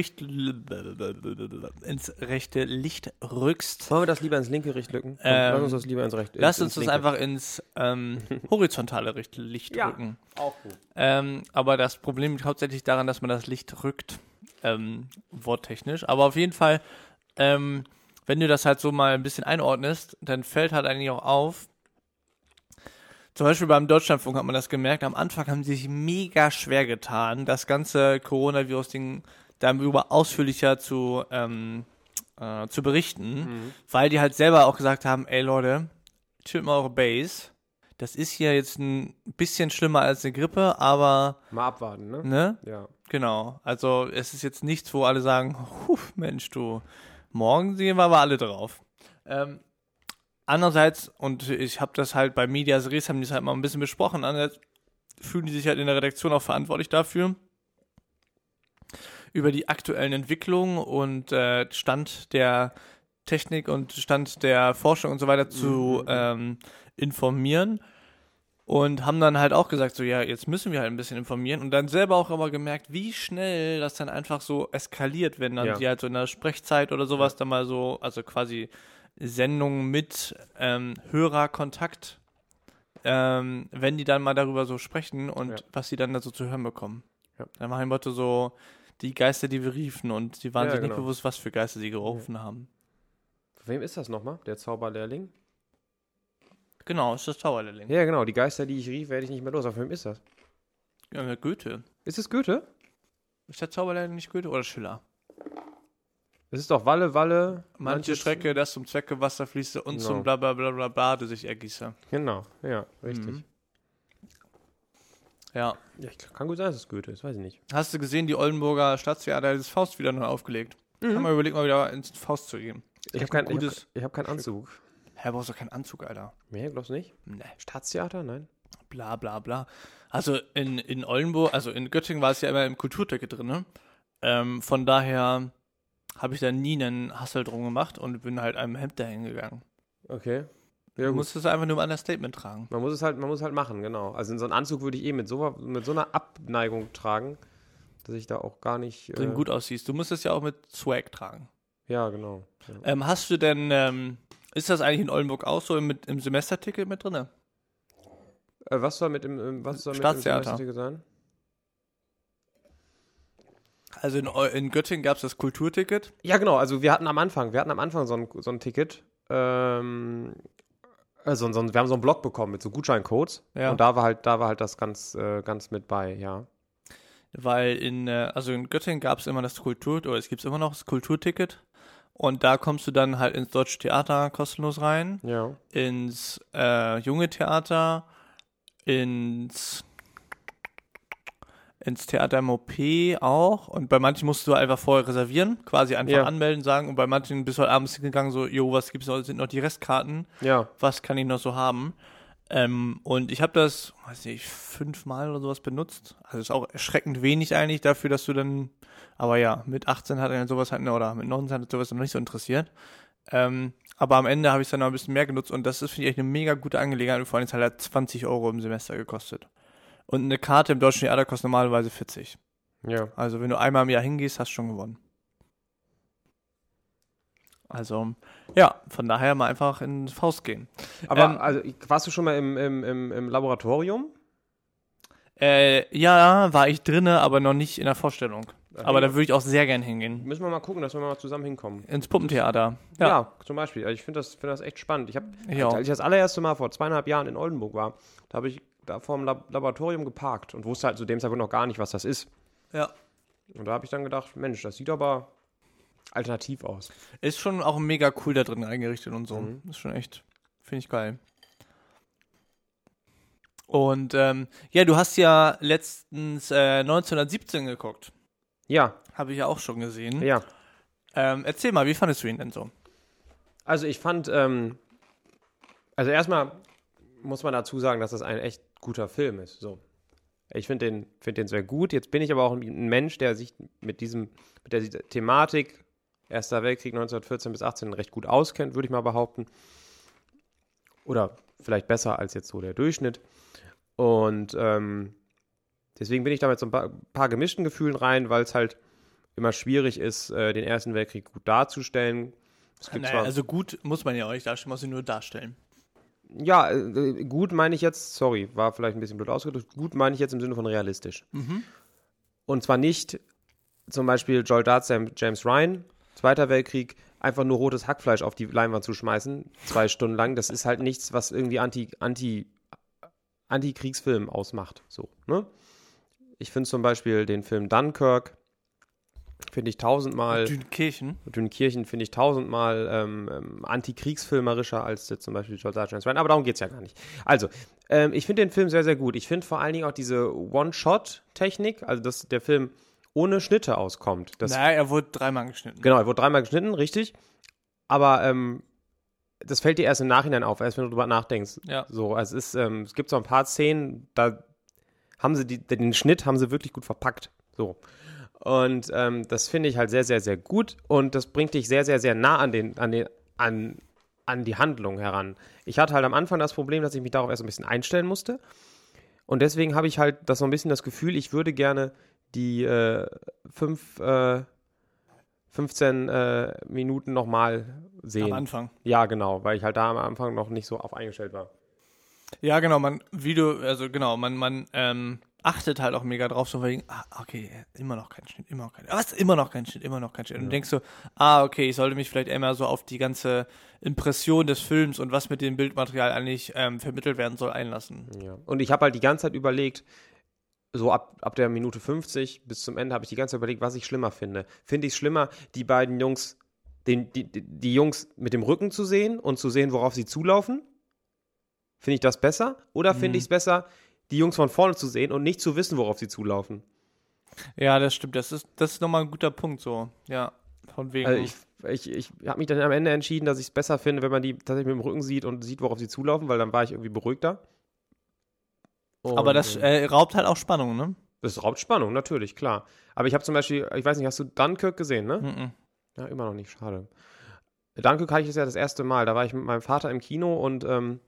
rückst. Wollen wir das lieber ins linke Licht rücken? Lass uns das lieber ins rechte. Lass uns das einfach ins horizontale Licht rücken. Auch gut. Aber das Problem liegt hauptsächlich daran, dass man das Licht rückt, worttechnisch. Aber auf jeden Fall, wenn du das halt so mal ein bisschen einordnest, dann fällt halt eigentlich auch auf, zum Beispiel beim Deutschlandfunk hat man das gemerkt, am Anfang haben sie sich mega schwer getan, das ganze Coronavirus-Ding darüber ausführlicher zu berichten, weil die halt selber auch gesagt haben, ey Leute, chillt mal eure Base, das ist hier jetzt ein bisschen schlimmer als eine Grippe, aber... Mal abwarten, ne? Ne? Ja. Genau, also es ist jetzt nichts, wo alle sagen, Mensch du, morgen sehen wir aber alle drauf. Andererseits, und ich habe das halt bei Medias Res, haben die es halt mal ein bisschen besprochen, andererseits fühlen die sich halt in der Redaktion auch verantwortlich dafür, über die aktuellen Entwicklungen und Stand der Technik und Stand der Forschung und so weiter zu informieren und haben dann halt auch gesagt, so ja, jetzt müssen wir halt ein bisschen informieren und dann selber auch immer gemerkt, wie schnell das dann einfach so eskaliert, wenn dann die halt so in der Sprechzeit oder sowas dann mal so, also quasi Sendungen mit Hörerkontakt, wenn die dann mal darüber so sprechen und was sie dann da so zu hören bekommen. Ja. Dann machen die Motto so, die Geister, die wir riefen und sie waren sich nicht bewusst, was für Geister sie gerufen haben. Für wem ist das nochmal, der Zauberlehrling? Genau, ist das Zauberlehrling. Ja, genau, die Geister, die ich rief, werde ich nicht mehr los. Auf wem ist das? Ja, Goethe. Ist es Goethe? Ist der Zauberlehrling nicht Goethe oder Schiller? Es ist doch Walle. Manche Strecke, das zum Zwecke Wasser fließe und zum blablabla Bade sich ergieße. Genau, ja, richtig. Ja. Ja, kann gut sein, dass es Goethe ist, weiß ich nicht. Hast du gesehen, die Oldenburger Staatstheater das Faust wieder neu aufgelegt? Haben wir überlegt, mal wieder ins Faust zu gehen. Ich habe keinen Anzug. Hä, brauchst du keinen Anzug, Alter? Nee, glaubst du nicht? Nee. Staatstheater? Nein. Bla bla bla. Also in Oldenburg, also in Göttingen war es ja immer im Kulturticket drin, ne? Von daher habe ich da nie einen Hassel drum gemacht und bin halt einem Hemd dahin gegangen. Okay. Ja, Du musst es einfach nur im Understatement tragen. Man muss es halt machen, genau. Also in so einen Anzug würde ich mit so einer Abneigung tragen, dass ich da auch gar nicht... Drin gut aussiehst. Du musst es ja auch mit Swag tragen. Ja, genau. Ja. Hast du denn, ist das eigentlich in Oldenburg auch so im Semesterticket mit drin? Was soll mit dem Staatstheater sein? Also in Göttingen gab es das Kulturticket. Ja, genau. Also wir hatten am Anfang so ein Ticket. Wir haben so einen Blog bekommen mit so Gutscheincodes. Ja. Und da war halt das ganz mit bei, ja. Weil in Göttingen gab es immer es gibt immer noch das Kulturticket. Und da kommst du dann halt ins Deutsche Theater kostenlos rein. Ja. Ins Junge Theater. Ins Theater im OP auch. Und bei manchen musst du einfach vorher reservieren, quasi einfach anmelden, sagen. Und bei manchen bist du halt abends hingegangen, so, was gibt's noch? Sind noch die Restkarten? Ja. Was kann ich noch so haben? Und ich habe das, weiß nicht, 5-mal oder sowas benutzt. Also ist auch erschreckend wenig eigentlich dafür, dass du dann, aber ja, mit 18 hat er sowas halt, oder mit 19 hat er sowas noch nicht so interessiert. Aber am Ende habe ich es dann noch ein bisschen mehr genutzt und das ist, finde ich, echt eine mega gute Angelegenheit. Vor allem hat er 20 € im Semester gekostet. Und eine Karte im Deutschen Theater kostet normalerweise 40. Ja. Also wenn du einmal im Jahr hingehst, hast du schon gewonnen. Also, ja, von daher mal einfach in Faust gehen. Aber also, warst du schon mal im Laboratorium? Ja, war ich drinne, aber noch nicht in der Vorstellung. Aber da würde ich auch sehr gern hingehen. Müssen wir mal gucken, dass wir mal zusammen hinkommen. Ins Puppentheater. Ja, zum Beispiel. Also ich finde das echt spannend. Als ich das allererste Mal vor 2,5 Jahren in Oldenburg war, da habe ich da vor dem Laboratorium geparkt und wusste halt zu dem Zeitpunkt noch gar nicht, was das ist. Ja. Und da habe ich dann gedacht, Mensch, das sieht aber alternativ aus. Ist schon auch mega cool da drin eingerichtet und so. Ist schon echt, finde ich geil. Und du hast ja letztens 1917 geguckt. Ja. Habe ich ja auch schon gesehen. Ja. Erzähl mal, wie fandest du ihn denn so? Also ich fand, also erstmal muss man dazu sagen, dass das ein echt guter Film ist. So. Ich finde den sehr gut. Jetzt bin ich aber auch ein Mensch, der sich mit der Thematik Erster Weltkrieg 1914 bis 18 recht gut auskennt, würde ich mal behaupten. Oder vielleicht besser als jetzt so der Durchschnitt. Und deswegen bin ich da mit so ein paar gemischten Gefühlen rein, weil es halt immer schwierig ist, den Ersten Weltkrieg gut darzustellen. Also gut muss man ja auch nicht darstellen, muss ihn nur darstellen. Ja, gut meine ich jetzt, sorry, war vielleicht ein bisschen blöd ausgedrückt, gut meine ich jetzt im Sinne von realistisch. Und zwar nicht zum Beispiel Joel Darts, James Ryan, Zweiter Weltkrieg, einfach nur rotes Hackfleisch auf die Leinwand zu schmeißen, 2 Stunden lang. Das ist halt nichts, was irgendwie Anti-Kriegsfilm ausmacht. So, ne? Ich finde zum Beispiel den Film Dunkirk, finde ich 1000-mal. Dünkirchen finde ich 1000-mal antikriegsfilmerischer als jetzt zum Beispiel Joel Darts, aber darum geht es ja gar nicht. Also, ich finde den Film sehr, sehr gut. Ich finde vor allen Dingen auch diese One-Shot-Technik, also dass der Film ohne Schnitte auskommt. Er wurde 3-mal geschnitten. Genau, er wurde 3-mal geschnitten, richtig. Aber das fällt dir erst im Nachhinein auf, erst wenn du drüber nachdenkst. Ja. So, also es gibt so ein paar Szenen, da haben sie den Schnitt haben sie wirklich gut verpackt. So. Und das finde ich halt sehr, sehr, sehr gut. Und das bringt dich sehr, sehr, sehr nah an die Handlung heran. Ich hatte halt am Anfang das Problem, dass ich mich darauf erst ein bisschen einstellen musste. Und deswegen habe ich halt so ein bisschen das Gefühl, ich würde gerne die 15 Minuten nochmal sehen. Am Anfang. Ja, genau, weil ich halt da am Anfang noch nicht so auf eingestellt war. Ja, genau, man achtet halt auch mega drauf, so wegen, okay, immer noch kein Schnitt. Was? Immer noch kein Schnitt. Und du denkst so, okay, ich sollte mich vielleicht immer so auf die ganze Impression des Films und was mit dem Bildmaterial eigentlich vermittelt werden soll, einlassen. Ja. Und ich habe halt die ganze Zeit überlegt, so ab der Minute 50 bis zum Ende habe ich die ganze Zeit überlegt, was ich schlimmer finde. Finde ich es schlimmer, die beiden Jungs, die Jungs mit dem Rücken zu sehen und zu sehen, worauf sie zulaufen? Finde ich das besser? Oder finde ich es besser, die Jungs von vorne zu sehen und nicht zu wissen, worauf sie zulaufen. Ja, das stimmt. Das ist nochmal ein guter Punkt so. Ja, von wegen. Also ich habe mich dann am Ende entschieden, dass ich es besser finde, wenn man die tatsächlich mit dem Rücken sieht und sieht, worauf sie zulaufen, weil dann war ich irgendwie beruhigter. Und, aber das raubt halt auch Spannung, ne? Das raubt Spannung, natürlich, klar. Aber ich habe zum Beispiel, ich weiß nicht, hast du Dunkirk gesehen, ne? Mhm. Ja, immer noch nicht, schade. Dunkirk hatte ich das erste Mal. Da war ich mit meinem Vater im Kino und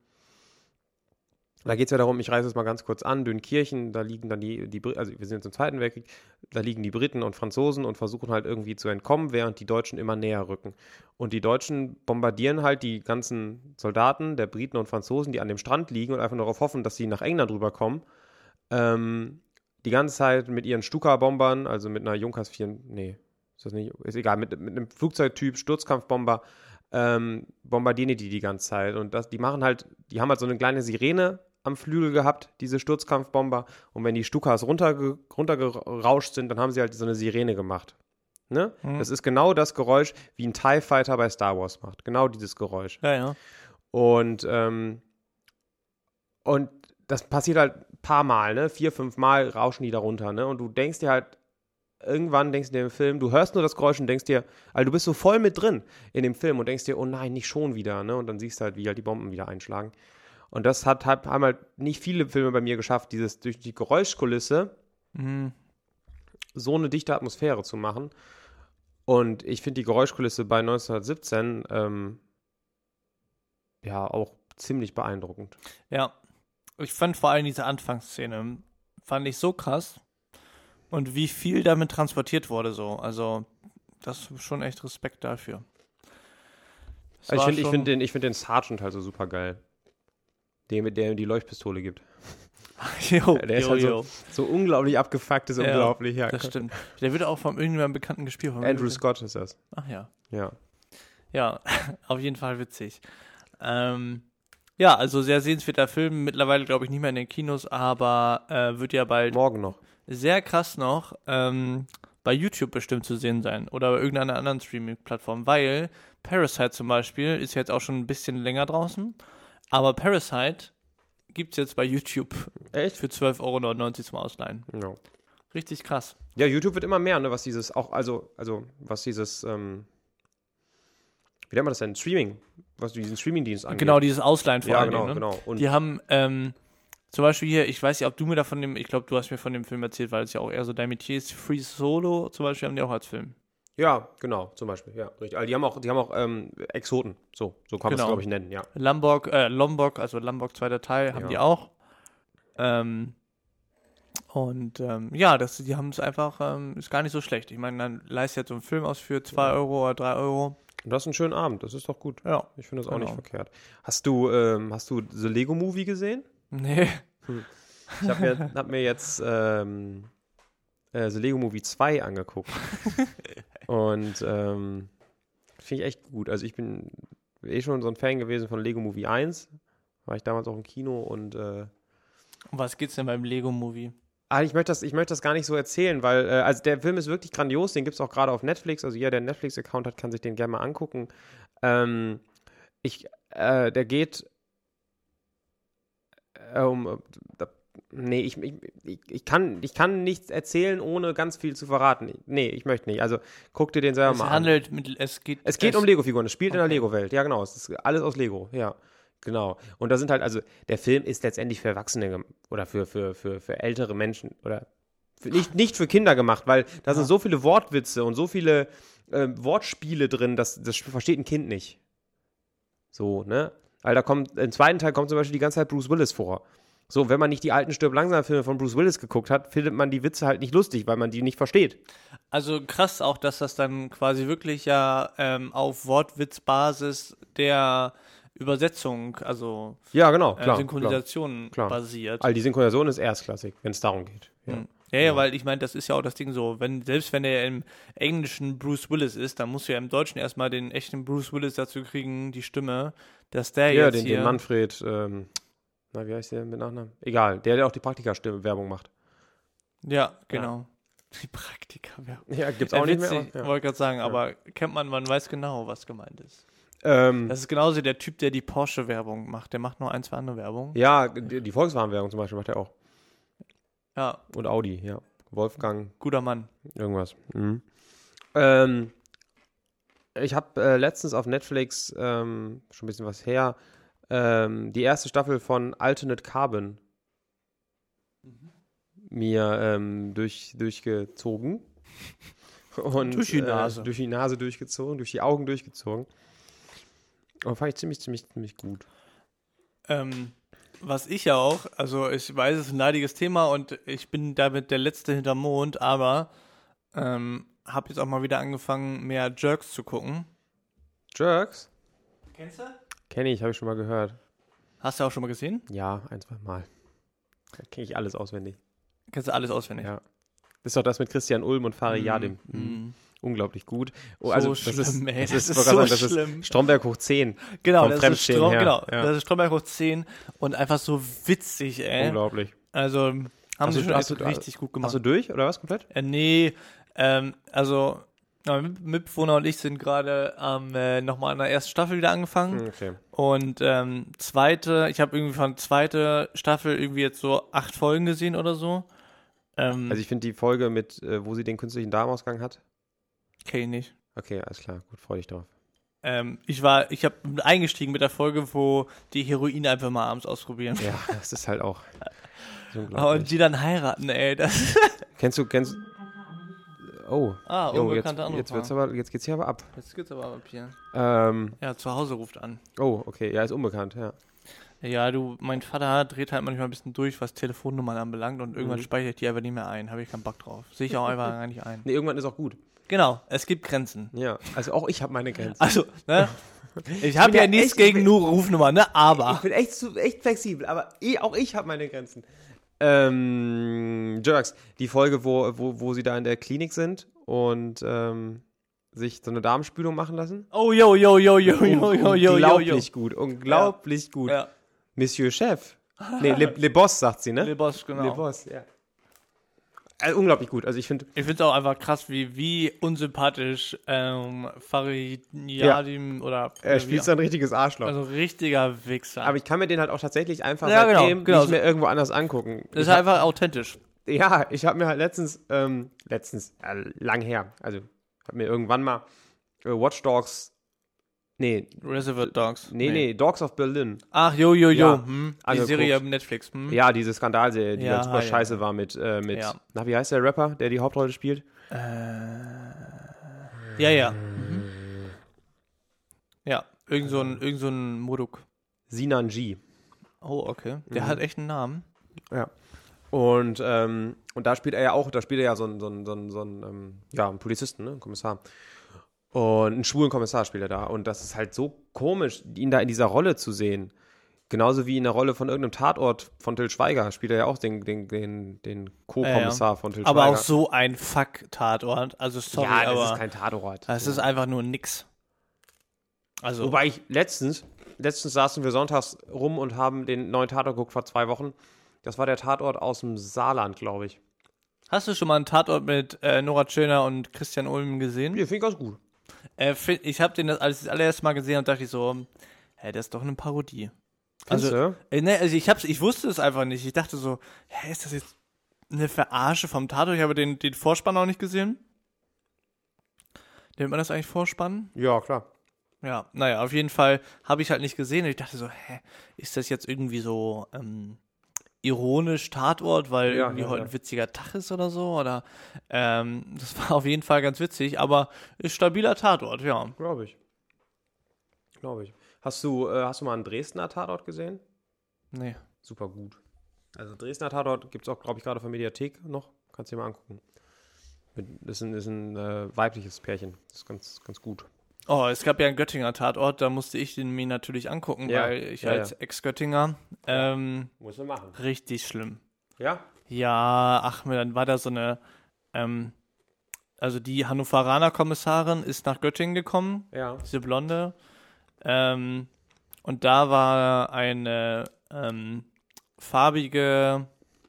da geht es ja darum, ich reiße es mal ganz kurz an, Dünkirchen, da liegen dann also wir sind jetzt im Zweiten Weltkrieg, da liegen die Briten und Franzosen und versuchen halt irgendwie zu entkommen, während die Deutschen immer näher rücken. Und die Deutschen bombardieren halt die ganzen Soldaten der Briten und Franzosen, die an dem Strand liegen und einfach darauf hoffen, dass sie nach England rüberkommen. Die ganze Zeit mit ihren Stuka-Bombern, also mit einer Junkers 4, nee, ist das nicht, ist egal, mit einem Flugzeugtyp, Sturzkampfbomber, bombardieren die ganze Zeit. Und die haben halt so eine kleine Sirene am Flügel gehabt, diese Sturzkampfbomber. Und wenn die Stukas runtergerauscht sind, dann haben sie halt so eine Sirene gemacht. Ne? Mhm. Das ist genau das Geräusch, wie ein TIE Fighter bei Star Wars macht. Genau dieses Geräusch. Ja. Und das passiert halt ein paar Mal, ne? 4, 5 Mal rauschen die da runter, ne? Und du denkst dir halt, irgendwann denkst du dir im Film, du hörst nur das Geräusch und denkst dir, also du bist so voll mit drin in dem Film und denkst dir, oh nein, nicht schon wieder, ne? Und dann siehst du halt, wie halt die Bomben wieder einschlagen. Und das haben halt nicht viele Filme bei mir geschafft, durch die Geräuschkulisse so eine dichte Atmosphäre zu machen. Und ich finde die Geräuschkulisse bei 1917 auch ziemlich beeindruckend. Ja, ich fand vor allem diese Anfangsszene, fand ich so krass. Und wie viel damit transportiert wurde, so. Also, das ist schon echt Respekt dafür. Ich finde den Sergeant halt so super geil. Der ihm die Leuchtpistole gibt. Der ist halt so unglaublich abgefuckt, ist unglaublich. Ja, das stimmt. Der wird auch von irgendjemandem Bekannten gespielt. Andrew Scott ist das. Ach ja. Ja, auf jeden Fall witzig. Ja, also sehr sehenswerter Film. Mittlerweile, glaube ich, nicht mehr in den Kinos, aber wird ja bald... Morgen noch. Sehr krass noch bei YouTube bestimmt zu sehen sein oder bei irgendeiner anderen Streaming-Plattform, weil Parasite zum Beispiel ist jetzt auch schon ein bisschen länger draußen, aber Parasite gibt es jetzt bei YouTube. Echt? Für 12,99 € zum Ausleihen. No. Richtig krass. Ja, YouTube wird immer mehr, ne, was dieses auch, was dieses, wie nennt man das denn? Streaming, was diesen Streaming-Dienst angeht. Genau, dieses Ausleihen vor allem. Ja, genau. Und die haben, zum Beispiel hier, ich weiß nicht, ob du mir ich glaube, du hast mir von dem Film erzählt, weil es ja auch eher so dein Metier ist. Free Solo zum Beispiel haben die auch als Film. Ja, genau, zum Beispiel, ja, richtig. Also die haben auch Exoten, so kann man es, glaube ich, nennen, ja. Lombok, also Lombok zweiter Teil, haben die auch. Die haben es einfach, ist gar nicht so schlecht. Ich meine, dann leist jetzt so einen Film aus für 2 € oder 3 €. Und das ist ein schöner Abend, das ist doch gut. Ja. Ich finde das auch nicht verkehrt. Hast du The Lego Movie gesehen? Nee. Ich hab mir jetzt The Lego Movie 2 angeguckt. Und finde ich echt gut. Also ich bin schon so ein Fan gewesen von Lego Movie 1. War ich damals auch im Kino und Um was geht's denn beim Lego Movie? Ich möchte das gar nicht so erzählen, weil also der Film ist wirklich grandios, den gibt es auch gerade auf Netflix. Also jeder, der einen Netflix-Account hat, kann sich den gerne mal angucken. Der geht ich kann nichts erzählen, ohne ganz viel zu verraten. Nee, ich möchte nicht. Also guck dir den selber mal an. Es geht um Lego-Figuren. Es spielt in der Lego-Welt. Ja, genau. Es ist alles aus Lego. Ja, genau. Und da sind halt, also der Film ist letztendlich für Erwachsene oder für ältere Menschen oder nicht für Kinder gemacht, weil da sind so viele Wortwitze und so viele Wortspiele drin, das versteht ein Kind nicht. So, ne? Weil im zweiten Teil kommt zum Beispiel die ganze Zeit Bruce Willis vor. So, wenn man nicht die alten Stirb-langsam-Filme von Bruce Willis geguckt hat, findet man die Witze halt nicht lustig, weil man die nicht versteht. Also krass auch, dass das dann quasi wirklich ja auf Wortwitzbasis der Übersetzung, also ja, genau, Synchronisation basiert. Also die Synchronisation ist erstklassig, wenn es darum geht. Ja, weil ich meine, das ist ja auch das Ding so, selbst wenn er im Englischen Bruce Willis ist, dann musst du ja im Deutschen erstmal den echten Bruce Willis dazu kriegen, die Stimme, dass der jetzt hier... Ja, den Manfred, wie heißt der mit Nachnamen? Egal, der auch die Praktika-Werbung macht. Ja, genau. Ja. Die Praktika-Werbung. Ja, gibt's auch nicht mehr. Ich wollte gerade sagen, aber kennt man weiß genau, was gemeint ist. Das ist genauso der Typ, der die Porsche-Werbung macht. Der macht noch 1, 2 andere Werbung. Ja, die Volkswagen-Werbung zum Beispiel macht er auch. Ja. Und Audi, ja. Wolfgang. Guter Mann. Irgendwas. Mhm. Ich habe letztens auf Netflix, schon ein bisschen was her, die erste Staffel von Alternate Carbon mir durchgezogen. Und, Durch die Nase. Durch die Nase durchgezogen, durch die Augen durchgezogen. Und fand ich ziemlich gut. Was ich ja auch, also ich weiß, es ist ein leidiges Thema und ich bin damit der Letzte hinterm Mond, aber habe jetzt auch mal wieder angefangen, mehr Jerks zu gucken. Jerks? Kennst du? Kenn ich, habe ich schon mal gehört. Hast du auch schon mal gesehen? Ja, 1-2 Mal. Da kenne ich alles auswendig. Kennst du alles auswendig? Ja. Das ist doch das mit Christian Ulm und Farid Yadim. Unglaublich gut. Oh, So also schlimm, das ey. ist Das ist sagen, so das schlimm. ist Stromberg hoch 10. Genau, vom das ist, Fremdstehen her. genau Ja. das ist Stromberg hoch 10 und einfach so witzig, ey. Unglaublich. Also haben sie schon hast echt du- richtig gut gemacht. Hast du durch, oder was, komplett? Nee, also mein Mitbewohner und ich sind gerade nochmal in der ersten Staffel wieder angefangen. Okay. Und ich habe irgendwie von zweite Staffel irgendwie jetzt so 8 Folgen gesehen oder so. Also ich finde die Folge mit, wo sie den künstlichen Darmausgang hat. Kenn ich nicht. Okay, alles klar. Gut, freu dich drauf. Ich habe eingestiegen mit der Folge, wo die Heroin einfach mal abends ausprobieren. Ja, das ist halt auch so Und unglaublich. die dann heiraten, ey. Das Kennst Oh. unbekannter Anruf. Jetzt geht's hier aber ab. Jetzt geht's aber ab hier. Ähm, Ja, zu Hause ruft an. oh, okay. Ja, ist unbekannt, ja. Ja, mein Vater dreht halt manchmal ein bisschen durch, was Telefonnummern anbelangt und irgendwann Mhm. speichere ich die einfach nicht mehr ein. Habe ich keinen Bock drauf. Sehe ich auch einfach gar nicht ein. Nee, irgendwann ist auch gut. Genau, es gibt Grenzen. Ja, also auch ich habe meine Grenzen. Also, ne? Ich habe bin ja ja nichts echt- gegen nur Rufnummern, ne? Ich Aber. bin echt flexibel, aber auch ich habe meine Grenzen. Jerks, die Folge, wo sie da in der Klinik sind und sich so eine Darmspülung machen lassen. Oh, yo. Unglaublich gut, unglaublich gut. Ja. Monsieur Chef. Nee, Le Boss, sagt sie, ne? Le Boss, genau. Le Boss, ja. Also, unglaublich gut. Also ich finde, Ich finde es auch einfach krass, wie unsympathisch Farid Yadim oder. er spielt so ein richtiges Arschloch. Also richtiger Wichser. Aber ich kann mir den halt auch tatsächlich einfach Ja, genau, seitdem genau. nicht mehr irgendwo anders angucken. das ist einfach authentisch. Ja, ich habe mir halt letztens, lang her, also habe mir irgendwann mal Watch Dogs, Reservoir Dogs. Dogs of Berlin. Ach, yo. Ja, Die angeguckt. Serie auf Netflix. Ja, diese Skandalserie, die Ja, dann super ja. scheiße war mit, Ja. na, wie heißt der Rapper, der die Hauptrolle spielt? Ja. Ja, irgend so ein Moduk. Sinan G. Oh, okay. Der hat echt einen Namen. Ja. Und da spielt er ja so einen Polizisten, ne, einen Kommissar. Und einen schwulen Kommissar spielt er da. Und das ist halt so komisch, ihn da in dieser Rolle zu sehen. Genauso wie in der Rolle von irgendeinem Tatort von Til Schweiger spielt er ja auch den Co-Kommissar von Til Schweiger. Aber auch so ein Fuck-Tatort. Also sorry, ja, das aber ist kein Tatort. das ist einfach nur nix. Also, Wobei ich letztens saßen wir sonntags rum und haben den neuen Tatort geguckt vor 2 Wochen. Das war der Tatort aus dem Saarland, glaube ich. hast du schon mal einen Tatort mit Nora Tschirner und Christian Ulm gesehen? Nee, finde ich ganz gut. Ich habe den als das allererste Mal gesehen und dachte ich so, das ist doch eine Parodie. Findest du? Ich wusste es einfach nicht. Ich dachte so, ist das jetzt eine Verarsche vom Tatort? Ich habe den Vorspann auch nicht gesehen. Nennt man das eigentlich Vorspann? Ja, klar. Ja, naja, auf jeden Fall habe ich halt nicht gesehen und ich dachte so, ist das jetzt irgendwie so ironisch Tatort, weil Ja, irgendwie ja, heute ja. ein witziger Tag ist oder so? Oder das war auf jeden Fall ganz witzig, aber ist stabiler Tatort, ja. Glaube ich. Hast du mal einen Dresdner Tatort gesehen? Nee. Super gut. Also Dresdner Tatort gibt es auch, glaube ich, gerade auf der Mediathek noch. Kannst du dir mal angucken. Das ist ein weibliches Pärchen. Das ist ganz, ganz gut. Oh, es gab ja einen Göttinger Tatort, da musste ich den mir natürlich angucken, Ja, weil ich ja, als Ex-Göttinger Muss man machen. richtig schlimm. Ja? Ja, dann war da so eine, also die Hannoveraner Kommissarin ist nach Göttingen gekommen, Ja. diese Blonde, und da war eine farbige,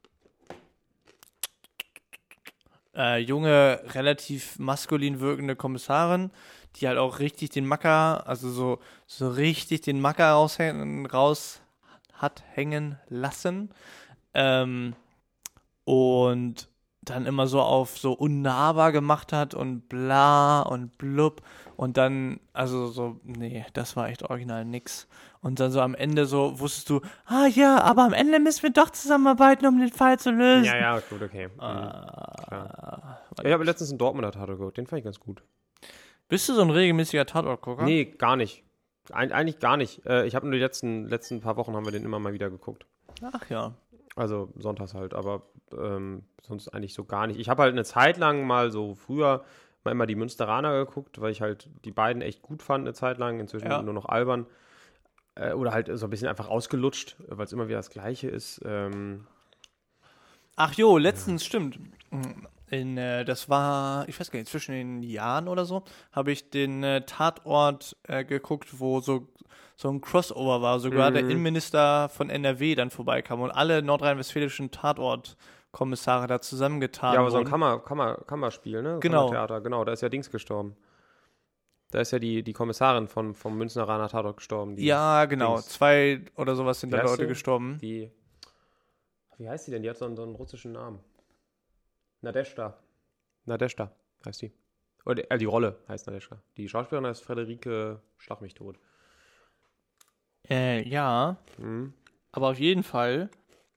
junge, relativ maskulin wirkende Kommissarin, die halt auch richtig den Macker, also so richtig den Macker raus hat hängen lassen. und dann immer so auf so unnahbar gemacht hat und bla und blub und dann, also so, nee, das war echt original nix. Und dann so am Ende so wusstest du, ja, aber am Ende müssen wir doch zusammenarbeiten, um den Fall zu lösen. Ja, gut, okay. Ich habe letztens einen Dortmunder Tatort geguckt, den fand ich ganz gut. Bist du so ein regelmäßiger Tatortgucker? Nee, gar nicht. Eigentlich gar nicht. Ich habe nur die letzten paar Wochen haben wir den immer mal wieder geguckt. Ach ja. Also sonntags halt, aber sonst eigentlich so gar nicht. Ich habe halt eine Zeit lang mal so früher mal immer die Münsteraner geguckt, weil ich halt die beiden echt gut fand eine Zeit lang, inzwischen nur noch albern. Oder halt so ein bisschen einfach ausgelutscht, weil es immer wieder das Gleiche ist. Ach jo, letztens, stimmt. Das war, ich weiß gar nicht, zwischen den Jahren oder so, habe ich den Tatort geguckt, wo so ein Crossover war. Sogar der Innenminister von NRW dann vorbeikam und alle nordrhein-westfälischen Tatortkommissare da zusammengetan Ja, aber so ein wurden. Kammerspiel, ne? Genau. Kammertheater, genau, da ist ja Dings gestorben. Da ist ja die Kommissarin vom Münsteraner Tatort gestorben. Ja, genau. Dings. 2 oder sowas sind da Wie heißt Leute sie? gestorben. Wie heißt die denn? Die hat so einen russischen Namen. Nadeshda heißt die. Oder die Rolle heißt Nadeshda. Die Schauspielerin heißt Friederike Schlag mich tot. Ja. Aber auf jeden Fall.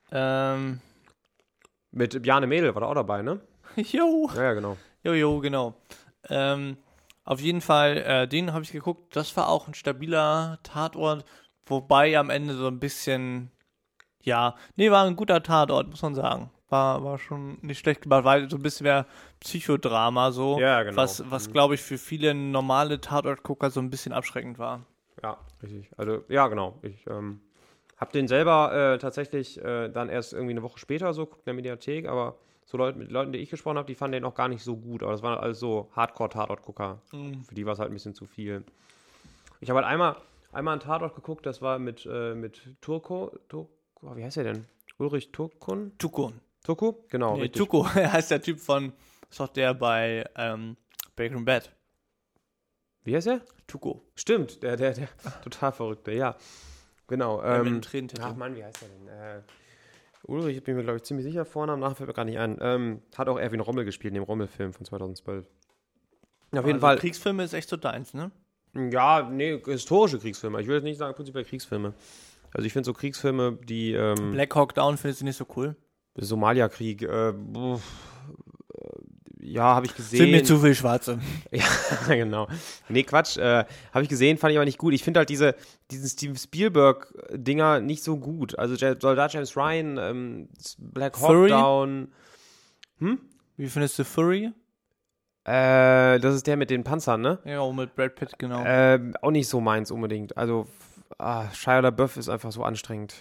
Mit Bjarne Mädel war da auch dabei, ne? Jo. Ja, genau. Jo, genau. Auf jeden Fall, den habe ich geguckt. Das war auch ein stabiler Tatort, wobei am Ende so ein bisschen, war ein guter Tatort, muss man sagen. War schon nicht schlecht gemacht, weil so ein bisschen mehr Psychodrama so, Ja, genau. was glaube ich für viele normale Tatortgucker so ein bisschen abschreckend war. Ja, richtig. Also, ja, genau. Ich habe den selber tatsächlich dann erst irgendwie eine Woche später so geguckt in der Mediathek, aber so mit Leuten, die ich gesprochen habe, die fanden den auch gar nicht so gut. Aber das waren alles so Hardcore-Tatort-Gucker. Für die war es halt ein bisschen zu viel. Ich habe halt einmal einen Tatort geguckt, das war mit Turko, wie heißt der denn? Ulrich Turkun? Tuku? Genau, Nee, richtig. Tuko, er heißt der Typ ist doch der bei Breaking Bad. Wie heißt er? Tuko. Stimmt, der total verrückte, ja. Genau. Mit dem Tränentätowierung. Ach Mann, wie heißt der denn? Ulrich, ich bin mir, glaube ich, ziemlich sicher, Vornamen, nachher fällt mir gar nicht ein. Hat auch Erwin Rommel gespielt, in dem Rommel-Film von 2012. Auf jeden Fall. Kriegsfilme ist echt so deins, ne? Ja, nee, historische Kriegsfilme. Ich würde jetzt nicht sagen, prinzipiell Kriegsfilme. Also ich finde so Kriegsfilme, die Black Hawk Down findest du nicht so cool? Somalia-Krieg, ja, habe ich gesehen. Sind mir zu viel Schwarze. Ja, genau. Nee, Quatsch. Habe ich gesehen, fand ich aber nicht gut. Ich finde halt diesen Steven Spielberg-Dinger nicht so gut. Also Soldat James Ryan, Black Hawk Fury? Down. Wie findest du Fury? Das ist der mit den Panzern, ne? Ja, auch mit Brad Pitt, genau. Auch nicht so meins unbedingt. Also, Shia LaBeouf ist einfach so anstrengend.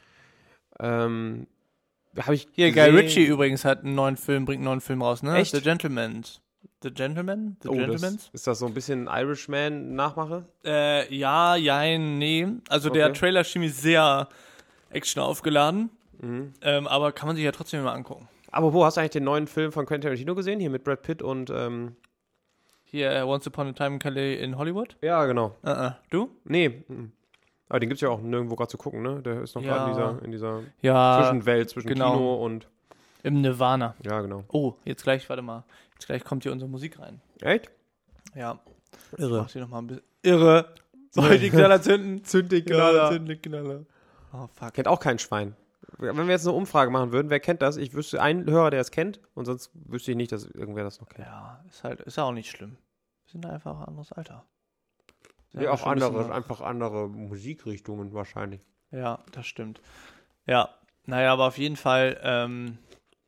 Hier, Guy Ritchie übrigens hat bringt einen neuen Film raus, ne? Echt? The Gentleman? The Gentlemans? Ist das so ein bisschen Irishman-Nachmache? Nee. Also der Trailer schien mir sehr Action aufgeladen. Aber kann man sich ja trotzdem mal angucken. Aber wo hast du eigentlich den neuen Film von Quentin Tarantino gesehen? Hier mit Brad Pitt und Hier, Once Upon a Time in Hollywood? Ja, genau. Du? Nee. Aber den gibt's ja auch nirgendwo gerade zu gucken, ne? Der ist noch gerade in dieser Zwischenwelt zwischen Kino und im Nirvana. Ja, genau. Oh, jetzt gleich kommt hier unsere Musik rein. Echt? Ja. Irre. Mach die noch mal ein bisschen. Irre. Soll ich die Knaller zünden? Zünd die Knaller. Oh, fuck. Kennt auch kein Schwein. Wenn wir jetzt eine Umfrage machen würden, wer kennt das? Ich wüsste einen Hörer, der es kennt, und sonst wüsste ich nicht, dass irgendwer das noch kennt. Ja, ist auch nicht schlimm. Wir sind einfach ein anderes Alter. Ja, auch einfach andere Musikrichtungen wahrscheinlich. Ja, das stimmt. Ja, naja, aber auf jeden Fall,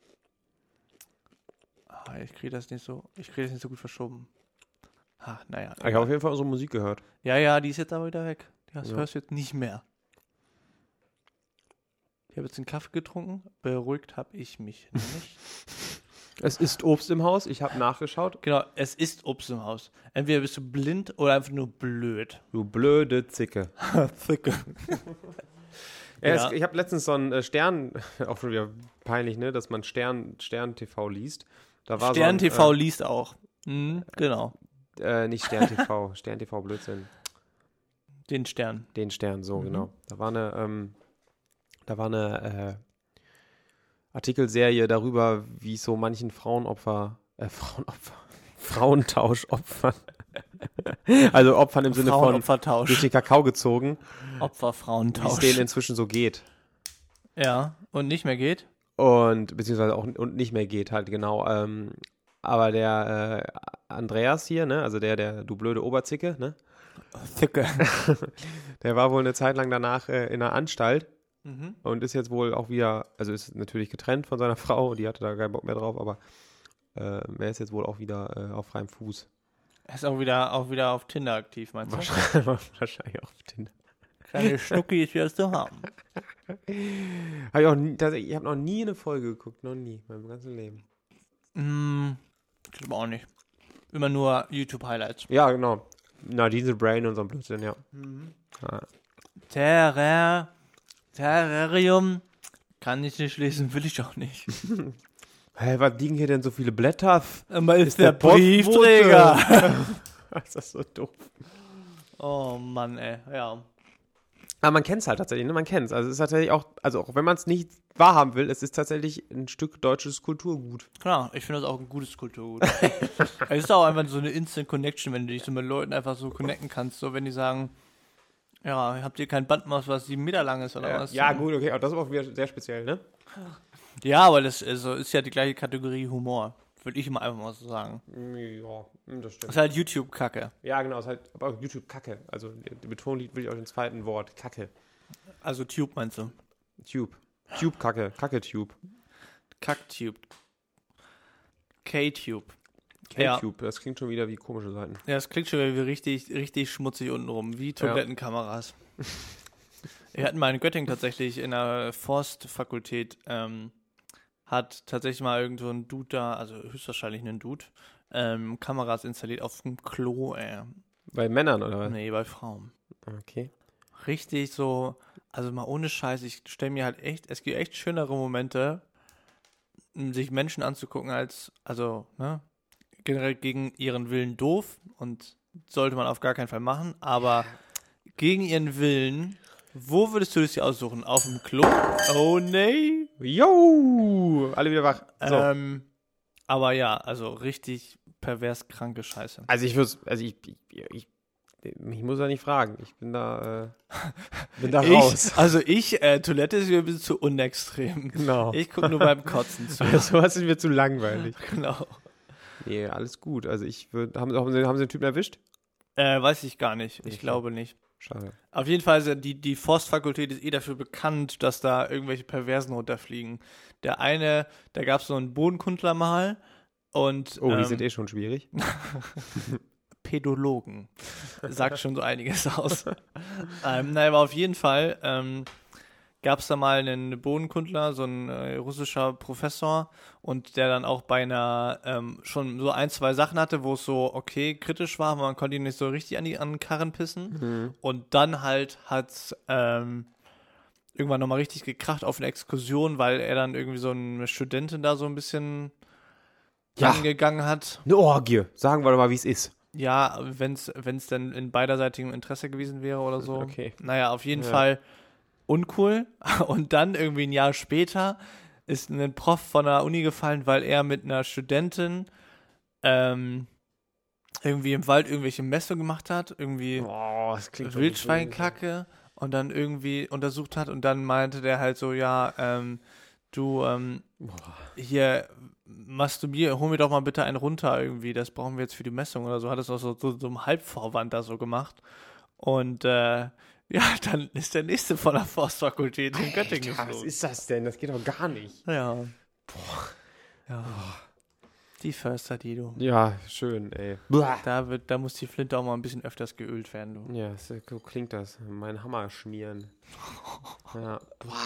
ich kriege das nicht so gut verschoben. Naja. Ich habe auf jeden Fall unsere Musik gehört. Ja, die ist jetzt aber wieder weg. Das hörst du jetzt nicht mehr. Ich habe jetzt einen Kaffee getrunken. Beruhigt habe ich mich nicht. Es ist Obst im Haus. Ich habe nachgeschaut. Genau, es ist Obst im Haus. Entweder bist du blind oder einfach nur blöd. Du blöde Zicke. Zicke. Ich habe letztens so einen Stern, auch schon wieder peinlich, ne, dass man Stern TV liest. Da war Stern TV liest auch. Genau. Nicht Stern TV, Stern TV Blödsinn. Den Stern, so genau. Da war eine Artikelserie darüber, wie es so manchen Frauentauschopfern, also Opfern im Sinne von durch den Kakao gezogen, Opferfrauentausch, wie es denen inzwischen so geht. Ja, und nicht mehr geht? Und beziehungsweise auch und nicht mehr geht halt, genau. Aber der Andreas hier, ne, also der du blöde Oberzicke, ne? Zicke. Der war wohl eine Zeit lang danach in einer Anstalt und ist jetzt wohl auch wieder, also ist natürlich getrennt von seiner Frau, die hatte da keinen Bock mehr drauf, aber er ist jetzt wohl auch wieder auf freiem Fuß. Er ist auch wieder auf Tinder aktiv, meinst du? Wahrscheinlich auch auf Tinder. Kleine Schnuckis wirst du haben. Ich habe noch nie eine Folge geguckt, noch nie, meinem ganzen Leben. Ich glaube auch nicht. Immer nur YouTube-Highlights. Ja, genau. Nadine the Brain und so ein Blödsinn, ja. Ja. Terrarium. Kann ich nicht lesen, will ich auch nicht. Hey, was liegen hier denn so viele Blätter? Immer ist der Briefträger. Ist das so doof. Oh Mann, ey, ja. Aber man kennt es halt tatsächlich, ne? Man kennt es. Also es ist tatsächlich auch, also auch wenn man es nicht wahrhaben will, es ist tatsächlich ein Stück deutsches Kulturgut. Klar, ich finde das auch ein gutes Kulturgut. Es ist auch einfach so eine Instant Connection, wenn du dich so mit Leuten einfach so connecten kannst. So, wenn die sagen, ja, habt ihr kein Bandmaß, was 7 Meter lang ist oder was? Ja, gut, okay, aber das ist auch wieder sehr speziell, ne? Ja, aber das ist ja die gleiche Kategorie Humor. Würde ich immer einfach mal so sagen. Ja, das stimmt. Das ist halt YouTube-Kacke. Ja, genau, ist halt, aber auch YouTube-Kacke. Also, die Betonung liegt wirklich auf dem zweiten Wort. Kacke. Also Tube meinst du? Tube. Tube-Kacke. Kacke-Tube. Kacktube. K-Tube. K-Tube, das klingt schon wieder wie komische Seiten. Ja, das klingt schon wieder wie richtig schmutzig untenrum. Wie Toilettenkameras. Wir hatten mal in Göttingen tatsächlich in der Forstfakultät, hat tatsächlich mal irgend so ein Dude da, also höchstwahrscheinlich ein Dude, Kameras installiert auf dem Klo, Bei Männern, oder was? Nee, bei Frauen. Okay. Richtig so, also mal ohne Scheiß, ich stelle mir halt es gibt echt schönere Momente, sich Menschen anzugucken also, ne, generell gegen ihren Willen doof und sollte man auf gar keinen Fall machen, aber gegen ihren Willen, wo würdest du das hier aussuchen? Auf dem Klo? Oh, nee. Jo! Alle wieder wach. So. Aber ja, also richtig pervers kranke Scheiße. Also ich muss ja nicht fragen. Ich bin da raus. Toilette ist mir ein bisschen zu unextrem. Genau. Ich gucke nur beim Kotzen zu. Also sowas ist mir zu langweilig. Genau. Nee, alles gut. Also haben Sie den Typen erwischt? Weiß ich gar nicht. Ich glaube nicht. Schade. Auf jeden Fall, die Forstfakultät ist dafür bekannt, dass da irgendwelche Perversen runterfliegen. Der eine, da gab es so einen Bodenkundler mal und... Oh, die sind schon schwierig. Pädologen. Sagt schon so einiges aus. Aber auf jeden Fall gab es da mal einen Bodenkundler, so ein russischer Professor, und der dann auch bei einer schon so 1, 2 Sachen hatte, wo es so kritisch war, aber man konnte ihn nicht so richtig an den Karren pissen. Und dann halt hat's irgendwann nochmal richtig gekracht auf eine Exkursion, weil er dann irgendwie so eine Studentin da so ein bisschen angegangen hat. Eine Orgie. Sagen wir doch mal, wie es ist. Ja, wenn's denn in beiderseitigem Interesse gewesen wäre oder so. Okay. Naja, auf jeden Fall uncool. Und dann irgendwie ein Jahr später ist ein Prof von der Uni gefallen, weil er mit einer Studentin irgendwie im Wald irgendwelche Messungen gemacht hat, irgendwie Wildschweinkacke, und dann irgendwie untersucht hat, und dann meinte der halt so, hier masturbier, hol mir doch mal bitte einen runter irgendwie, das brauchen wir jetzt für die Messung oder so, hat es auch so im Halbvorwand da so gemacht. Und dann ist der nächste von der Forstfakultät in Göttingen geflogen. Was ist das denn? Das geht doch gar nicht. Ja. Ja. Die Förster, die du. Ja, schön, ey. Da muss die Flinte auch mal ein bisschen öfters geölt werden, du. Ja, so klingt das. Mein Hammer schmieren. Ja.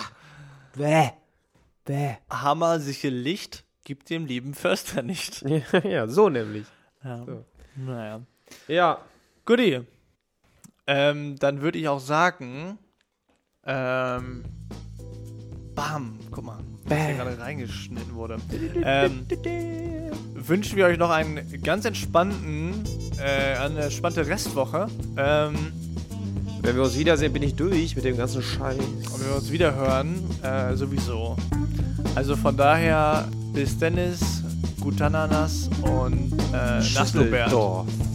Bäh. Hammer sicherlich gibt dem lieben Förster nicht. Ja, so nämlich. Ja. So. Naja. Ja. Guti. Dann würde ich auch sagen, bam, guck mal, was hier gerade reingeschnitten wurde. Wünschen wir euch noch einen ganz eine entspannte Restwoche. Wenn wir uns wiedersehen, bin ich durch mit dem ganzen Scheiß. Und wenn wir uns wieder hören, sowieso. Also von daher, bis Dennis, Gutananas und Nachtobert. Schüsseldorf.